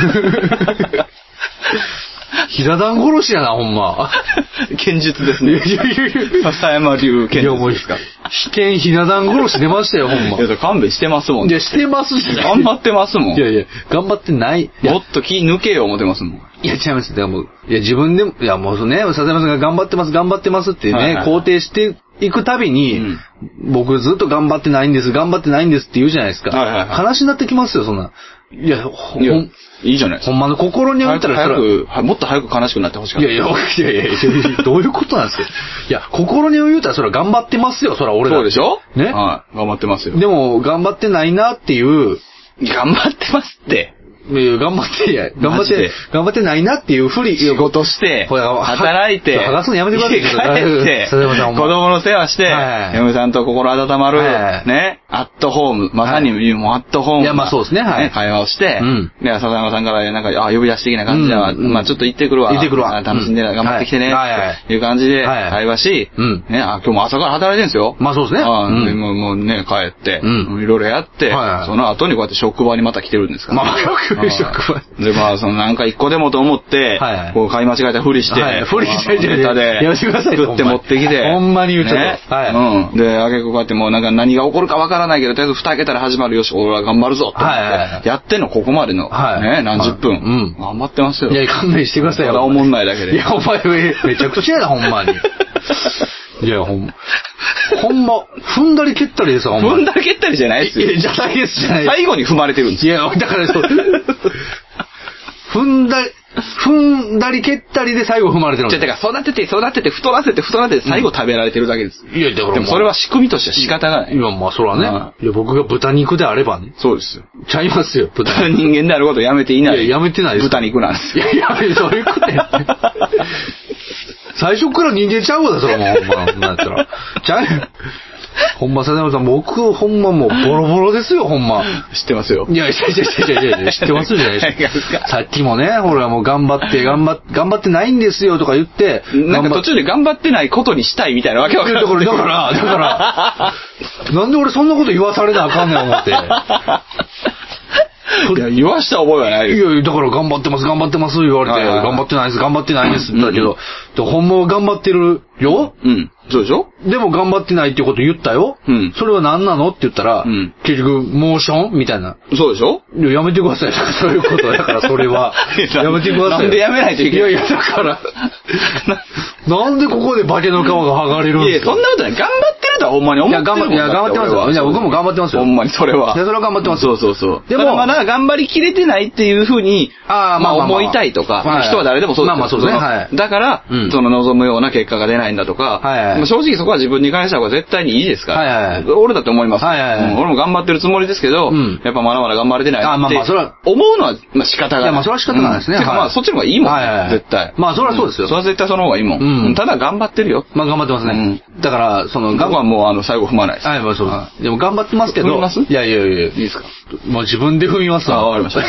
ひな壇殺しやな、ほんま。 剣術ですね。 いやいやいや。 笹山流剣術ですか。 危険ひな壇殺し出ましたよ、ほんま。 いや、勘弁してますもん。 いや、してますじゃない。 頑張ってますもん。 いやいや、頑張ってない。 もっと気抜けよ、思ってますもん。 いや、違います。だからもう、いや、自分でも、いや、もうね、笹山さんが頑張ってます、頑張ってますってね、はいはい、肯定していくたびに、うん、僕ずっと頑張ってないんです、頑張ってないんですって言うじゃないですか。はいはいはい、話になってきますよ、そんな。いや、ほん、 いやいいじゃないですか。 ほんまの心に置いたら早く、早く、もっと早く悲しくなってほしかった。 いやいや、いやいやいや、どういうことなんですか。いや、心に置いたらそれは頑張ってますよ、それは俺だ。 そうでしょ？ ね。 はい。頑張ってますよ。 でも、頑張ってないなっていう。 頑張ってますって。 いや頑張って、いや、頑張って、頑張ってないなっていうふり。 仕事して、働いて、 剥がすのやめてください。 帰って、子供の世話して、嫁さんと心温まる、ね、アットホーム、まさにもうアットホーム。 いや、まあそうですね、はい。 会話をして、で、笹山さんからなんか、あ、呼び出し的な感じでは、まあちょっと行ってくるわ。 行ってくるわ。 楽しんで頑張ってきてね、っていう感じで会話し、ね、あ、今日も朝から働いてるんですよ。 まあそうですね。 もうね、帰って、いろいろやって、その後にこうやって職場にまた来てるんですから。 まあ、職場。 で、まあ、そのなんか一個でもと思って、はいはい、こう買い間違えたふりして、はい、 ふりして、 ネタで、 やめてください。 作って持ってきて、 ほんまに言うちょっと。 ね、はい。うん。で、あげくこうやってもうなんか何が起こるかわからないけど、とりあえず蓋開けたら始まるよし、俺は頑張るぞって思って、はいはいはい、やってんのここまでの、はい、ね、何十分、まあ、うん。頑張ってますよ。 いや、勘弁してくださいよ。 ただ思んないだけで。 いや、お前、めちゃくちゃやな、ほんまに。いや、ほんま。ほんま、踏んだり蹴ったりですよ、ほんま。 踏んだり蹴ったりじゃないですよ。 いや、じゃないです、じゃないです。 最後に踏まれてるんですよ。いや、だからそう。踏んだ、 踏んだり蹴ったりで最後踏まれてるんです。 だから育てて育てて太らせて太らせて最後食べられてるだけです。 うん、いや、だから。 でもそれは仕組みとしては仕方がない。 いや、まあそれはね。いや、僕が豚肉であればね。 そうですよ。 ちゃいますよ、 豚肉。人間であることをやめていない。 いや、やめてないです。 豚肉なんですよ。いやいや、そういうことや。最初から人間ちゃうわだ、それもう、ほんま、なんやったら。ちゃうほんま、佐々山さん、僕、ほんまもう、ボロボロですよ、ほんま。 知ってますよ。 いや、いやいやいやいやいや、知ってますじゃないですか。さっきもね、ほら、もう頑張って、頑張って、頑張ってないんですよ、とか言って。 なんか途中で頑張ってないことにしたいみたいなわけわかんない。 だから、だから、だから、なんで俺そんなこと言わされなあかんねん、思って。 いや、言わした覚えはないです。 いや、だから頑張ってます、頑張ってます、言われて、頑張ってないです、頑張ってないです、だけど、ほんまは頑張ってるよ。 うん。そうでしょ？ でも頑張ってないっていうこと言ったよ。うん。それは何なのって言ったら、うん、結局、モーションみたいな。 そうでしょ？ いや、やめてください。そういうことだから、それは。やめてください。 なんでやめないといけない？ いやいや、だから、なんでここで化けの皮が剥がれるんですか？ いや、そんなことない。頑張ってるとはほんまに思ってるもん。 いや、頑張ってますよ。いや、僕も頑張ってますよ。 ほんまに、それは。 いや、それは頑張ってます。 そうそうそう。でも、まだ頑張りきれてないっていうふうに、あまあ思いたいとか、人は誰でもそうですよ。 まあまあそうですね。はい。 だから、その望むような結果が出ないんだとか、正直そこは自分に関しては絶対にいいですから。はいはい、俺だって思います。はいはいはい、俺も頑張ってるつもりですけど、うん、やっぱまだまだ頑張れてないって。あ、まあまあそれは思うのはまあ仕方がない。いやまあそれは仕方ないですね。うん、まあそっちの方がいいもん、ね。はいはい、絶対。 まあそれはそうですよ。 それは絶対その方がいいもん。うん、ただ頑張ってるよ。 まあ頑張ってますね。うん、だからその僕はもうあの最後踏まないです。 はいまあそう。でも頑張ってますけど。 踏みます？ いやいやいやいいですか。もう自分で踏みますわ。 あ、わかりました。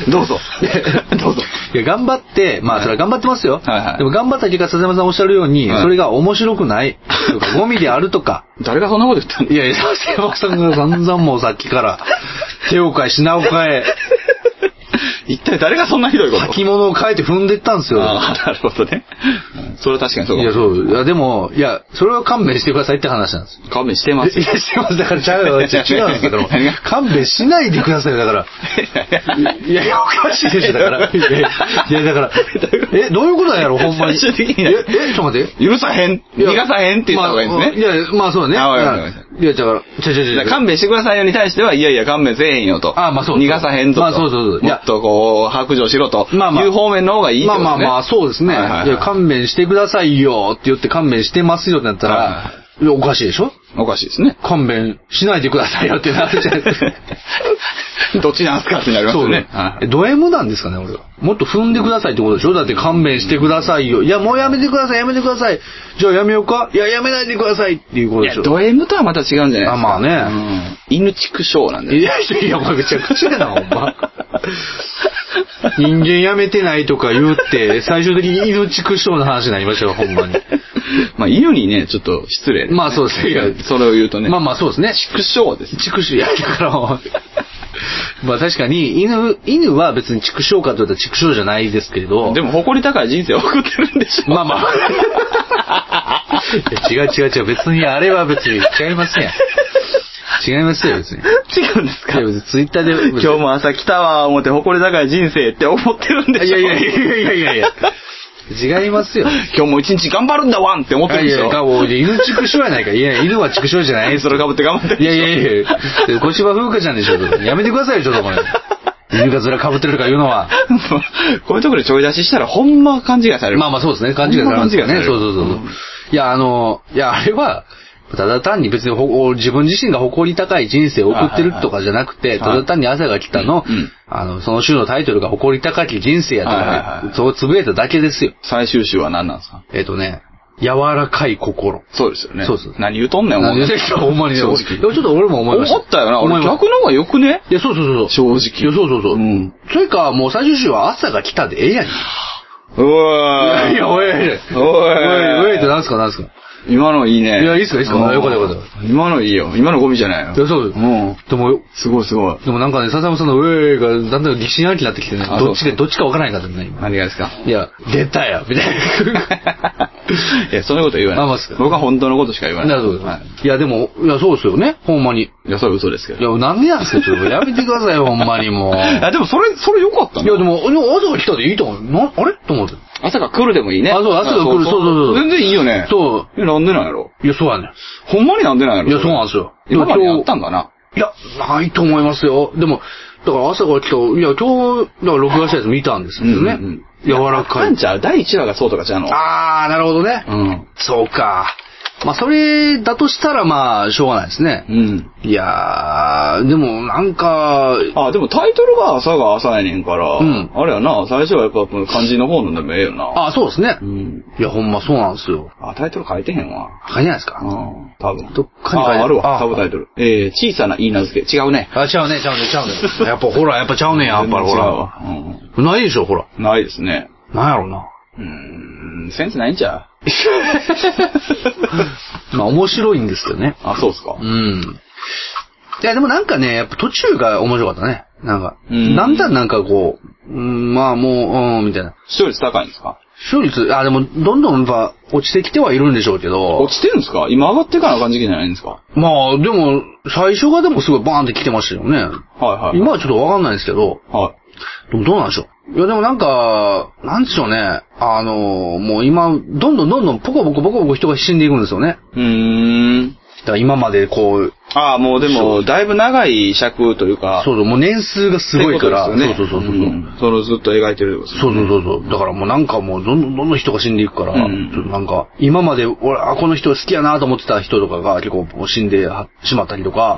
どうぞ。どうぞ。 いや頑張ってまあそれは頑張ってますよ。はいはい。でも頑張った結果佐々山さんおっしゃるように、はい、それが面白くないとかゴミであるとか。 誰がそんなこと言ったんだ？ いやいや佐々山さんが散々もうさっきから手を変え品を変え。 一体誰がそんなひどいこと？ 先物を変えて踏んでったんですよ。 ああ、なるほどね。それは確かにそうかも。 いや、そう。いや、でも、いや、それは勘弁してくださいって話なんです。 勘弁してます。 いや、してます。だからちゃうよ。違うんですだから。勘弁しないでくださいよ。だから。いやいや、おかしいでしょ。だから。いや、だから。え、どういうことなんやろ、ほんまに。え、え、ちょっと待って。 許さへん。逃がさへんって言った方がいいですね。 いや、まあそうだね。いや、だから、ちょちょちょ。 勘弁してくださいよに対しては、いやいや、勘弁せえへんよと。 あ、まあそう。 逃がさへんと。 まあそうそうそう。 もっとこう、白状しろと。まあまあ。いう方面の方がいいってことね。 まあまあまあ、そうですね。いや、勘弁してくださいよって言って勘弁してますよってなったら、いや、おかしいでしょ？ おかしいですね。 勘弁しないでくださいよってなるじゃないですか。 どっちなんすかってなりますよね。 え、ド M なんですかね、俺は。もっと踏んでくださいってことでしょ？だって勘弁してくださいよ。いや、もうやめてください、やめてください。じゃあやめようか？いや、やめないでくださいっていうことでしょ。 いや、ド M とはまた違うんじゃないですか。 あ、まあね。 うん、犬畜生なんで。 いやいやいや、お前めちゃくちゃやな、ほんま。人間やめてないとか言って、最終的に犬畜生の話になりましたよ、ほんまに。 まあ、犬にね、ちょっと失礼、ね。 まあそうですね。いや、 それを言うとね。 まあまあそうですね。 畜生です。 畜生。いや、だから、まあ確かに、犬、犬は別に畜生かと言ったら畜生じゃないですけれど。 でも誇り高い人生を送ってるんでしょ。 まあまあ。いや違う違う違う。別にあれは別に違いますやん。違いますよ、別に。 違うんですか？ いや、別にツイッターで。 今日も朝来たわ、思って誇り高い人生って思ってるんでしょ。 いやいやいやいやいやいや。違いますよ。 今日も一日頑張るんだワンって思ってるんですよ。 いやいや、犬畜生やないか。いや、犬は畜生じゃない。 それ被って頑張ってる。 いやいやいや。小芝風花ちゃんでしょ。やめてくださいよ、ちょっとこれ。犬がずら被ってるとか言うのは。 こういうところでちょい出ししたらほんま勘違いされる。 まあまあそうですね。勘違いされる。勘違いされる。そうそうそう。いや、あの、いや、あれは、ただ単に別に自分自身が誇り高い人生を送ってるとかじゃなくて、ただ単に朝が来たの、あの、その週のタイトルが誇り高き人生やとか、そうつぶやいただけですよ。 最終週は何なんですか？ えっとね、柔らかい心。 そうですよね。 そうです。 何言うとんねん、お前。 何言うとんねん、ほんまにね。正直。ちょっと俺も思いました。 思ったよな。俺逆の方がよくね？ いや、そうそうそう。 正直。 いや、そうそうそう。うん。それか、もう最終週は朝が来たでええやん。 うわー。いや、おい、おい、おい、おいって何すか、何すか。 今のいいね。 いや、いいっすか、いいっすか。よかったよかった。 今のいいよ。今のゴミじゃないよ。 いや、そうです。うん。でも、 すごいすごい。 でもなんかね、笹山さんのウェーがだんだん疑心暗鬼になってきてね、どっちで、どっちかわからないからね、今。 何がですか？ いや、出たよ、みたいな。 いや、そんなこと言わない。 あ、まあ、 僕は本当のことしか言わない。 なるほど。いや、でも、いや、そうですよね、ほんまに。 いや、それ嘘ですけど。 いや、なんでなんですか、ちょっとやめてくださいよ、ほんまにもう。いや、でもそれ、それ良かったね。 いや、でも、朝が来たでいいと思う。な、あれと思って。 朝が来るでもいいね。 あ、そう、朝が来る、そうそうそう。 全然いいよね。 そう。 え、なんでなんやろ？ いや、そうやね。 ほんまになんでなんやろ？ いや、そうなんですよ。 今までやったんかな？ いや、ないと思いますよ。でも、 だから朝から来た、いや、今日、だから録画したやつ見たんですけどね。うんうん、柔らかい。 なんちゃうだいいちわがそうとかちゃうの？ あー、なるほどね。うん。そうか。まあ、それだとしたら、まあ、しょうがないですね。うん。いやー、でも、なんか、 あ、でもタイトルが朝が朝やねんから、うん。あれやな、最初はやっぱ漢字の方のでもええよな。 あ、そうですね。うん。いや、ほんまそうなんですよ。 あ、タイトル書いてへんわ。 書いてないですか？ うん。多分。 どっかに書いてあ、あるわ、サブタイトル。えー、小さな言い名付け。違うね。 あ、違うね、違うね、違うね。やっぱほら、やっぱちゃうねん、やっぱりほら。うん。ないでしょ、ほら。 ないですね。 なんやろうな。 うーん、センスないんちゃう？ まあ面白いんですけどね。 あ、そうですか。 うん。いやでもなんかね、やっぱ途中が面白かったね。なんか、んだんだんなんかこう、うん、まあもう、うん、みたいな。 視聴率高いんですか？ 視聴率、あ、でもどんどんやっぱ落ちてきてはいるんでしょうけど。 落ちてるんですか？今上がってからの感じじゃないんですか？ まあでも、最初がでもすごいバーンって来てましたよね。はいはい。 今はちょっとわかんないんですけど。はい。でもどうなんでしょう。いやでもなんか、なんでしょうね。あの、もう今、どんどんどんどんポコポコポコポコ人が死んでいくんですよね。うーん。だから今までこう。 ああ、もうでも、だいぶ長い尺というか。 そうそう、もう年数がすごいから。そうそうそうそう。うん、 そのずっと描いてる、 ね。そうそうそうそう。だからもうなんかもうどんどんどんどん人が死んでいくから、うん、なんか、今まで俺、あ、この人好きやなと思ってた人とかが結構死んでしまったりとか、うん、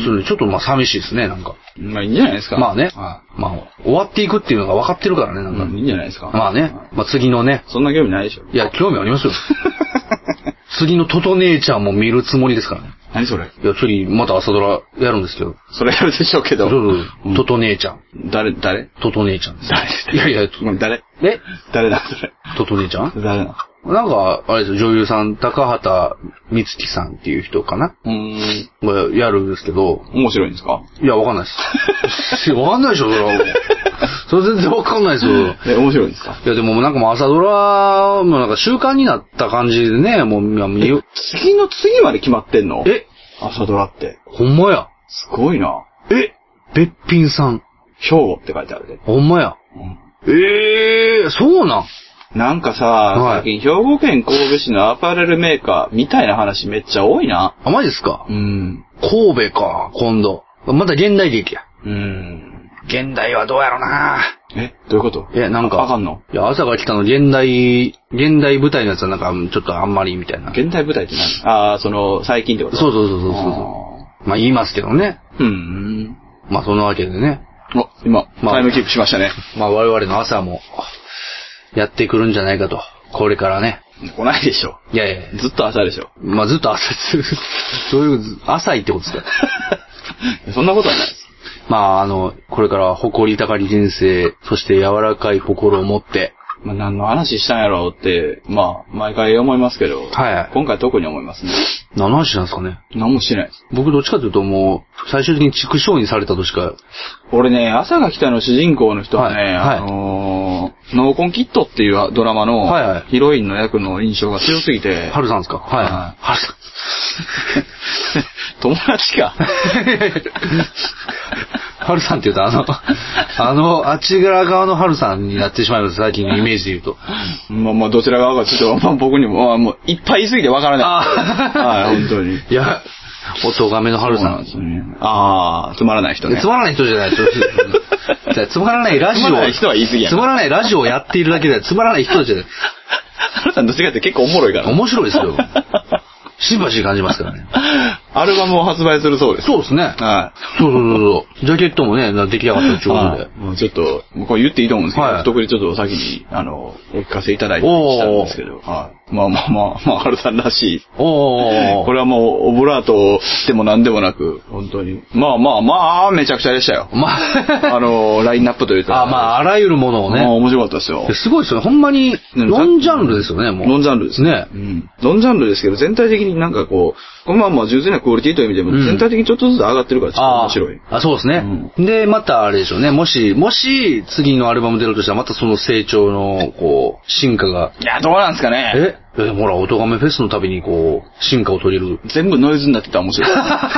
それちょっとまあ寂しいですね、なんか。 まあいいんじゃないですか。 まあね。ああまあ、終わっていくっていうのが分かってるからね、なんか。 うん、いいんじゃないですか。 まあね。まあ次のね。 そんな興味ないでしょ。 いや、興味ありますよ。次のトト姉ちゃんも見るつもりですからね。 何それ？ いや、次、また朝ドラやるんですけど。 それやるでしょうけど。 そうそう。トト姉ちゃん。 誰、誰？ トト姉ちゃんです。 誰？ いやいや、 誰？ え？ 誰だそれ？ トト姉ちゃん？ 誰だ？ なんか、あれですよ、女優さん、高畑充希さんっていう人かな？うーん。がやるんですけど。 面白いんですか？ いや、わかんないです。わかんないでしょ、それはもう。それ全然わかんないですよ。 え、面白いんですか？ いや、でもなんかもう朝ドラ、もうなんか習慣になった感じでね、もう見よ。 次の次まで決まってんの？え？朝ドラって。 ほんまや。 すごいな。 え？べっぴんさん。 兵庫って書いてあるで。 ほんまや。うん、ええー、そうなん？ なんかさ、はい、最近兵庫県神戸市のアパレルメーカーみたいな話めっちゃ多いな。 あ、マジですか？ うん。 神戸か、今度。また現代劇や。 うん。 現代はどうやろな。 え、どういうこと？ え、なんか。 あかんの？ いや、朝が来たの現代、現代舞台のやつはなんかちょっとあんまりみたいな。 現代舞台って何？ああ、その、最近ってこと？ そうそうそうそうそう。まあ言いますけどね。うん。まあそのわけでね。 お、今、まあ、タイムキープしましたね。 まあ我々の朝も、やってくるんじゃないかと。これからね。 来ないでしょ。 いやいや。 ずっと朝でしょ。 まあずっと朝です。そういう、浅いってことですか？ そんなことはないです。 まああの、これから誇り高り人生、そして柔らかい心を持って、 まあ何の話したんやろうって、まあ毎回思いますけど、はいはい、今回特に思いますね。 何の話なんですかね？ 何もしてないです。 僕どっちかというともう、最終的に畜生にされたとしか。 俺ね、朝が来たの主人公の人はね、はいはい、あのー、ノーコンキットっていうドラマのヒロインの役の印象が強すぎて。 ハルさんですか？はい。はい、ハルさん。 友達か。 ハルさんって言うとあの、あの、あっち側のハルさんになってしまいます、最近のイメージで言うと。 まあまあ、どちら側かちょっと、まあ、僕にも、まあ、もういっぱい言いすぎてわからない。はい、本当に。 いや、おとがめのハルさん。そうなんですね。 ああ、つまらない人ね。 つまらない人じゃない。つまらないラジオ。つまらない人は言い過ぎや。 つまらないラジオをやっているだけで、つまらない人じゃない。 ハルさんどっちかって結構おもろいから。 面白いですよ。シンパシー感じますからね。 アルバムを発売するそうです。 そうですね。はい。そうそうそうそう。ジャケットもね、出来上がったってことで。 もうちょっと、もうこれ言っていいと思うんですけど、はい、特にちょっと先に、あの、お聞かせいただいてしたんですけど、はい。まあまあまあ、まあ、ハルさんらしい。おこれはもう、オブラートでも何でもなく、本当に。まあまあまあ、めちゃくちゃでしたよ。まあ、あの、ラインナップというか。 あ、まあ、あらゆるものをね。 まあ、面白かったですよ。 すごいですよね。ほんまに、ノンジャンルですよね、もう。 ノンジャンルですね。うん。ノンジャンルですけど、全体的になんかこう、まあまあ、純粋なクオリティという意味でも、全体的にちょっとずつ上がってるから、ちょっと面白い。 ああ、そうですね。うん、で、またあれでしょうね。もし、もし、次のアルバム出るとしたら、またその成長の、こう、進化が。 いや、どうなんですかね。 ええ、ほら、おとがめフェスのたびに、こう、進化を遂げる。 全部ノイズになってたら面白い。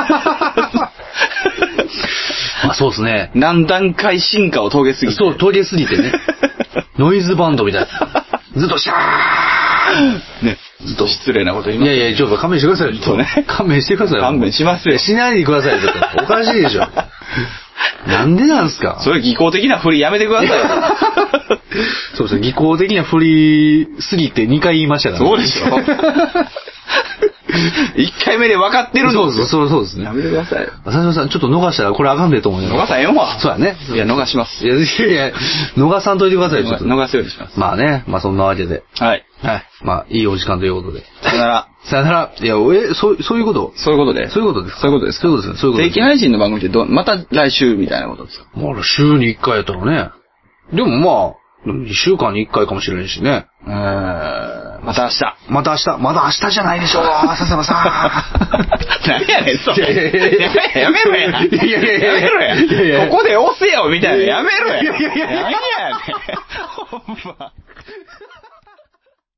あ、そうですね。 何段階進化を遂げすぎて。 そう、遂げすぎてね。ノイズバンドみたいな。ずっとシャーね。ずっと失礼なこと言います、 ね。いやいや、ちょっと勘弁してくださいよ。 そうね。 勘弁してくださいよ。 勘弁しますよ。 しないでくださいよ。おかしいでしょ。 なんでなんすか？ それ技巧的な振りやめてくださいよ。 そうですね、技巧的な振りすぎてにかい言いましたから、 ね。そうでしょ。いっかいめで分かってるんですよ。 そうそうそうですね。 やめてください。 浅島さん、ちょっと逃したらこれあかんでと思うよ。 逃さへんわ。 そうやね。 いや、逃します。 いや、いやいや、逃さんといてくださいよ、ちょっと。 逃すようにします。 まあね、まあそんなわけで。 はい。 はい。まあ、いいお時間ということで。 さよなら。 さよなら。いや、え、そう、そういうことそういうことで。 そういうことです。 そういうことです。 そういうことです。そういうことです。 定期配信の番組ってど、また来週みたいなことですか？ まあ、週にいっかいやったらね。でもまあ、いっしゅうかんにいっかいかもしれんしね。 うーん。また明日。 また明日。まだ明日じゃないでしょう。笹山さん。 何やねん、それ。やめろや。やめろや。やめろや。ここで押せよ、みたいな。やめろや。何やねん。ほんま。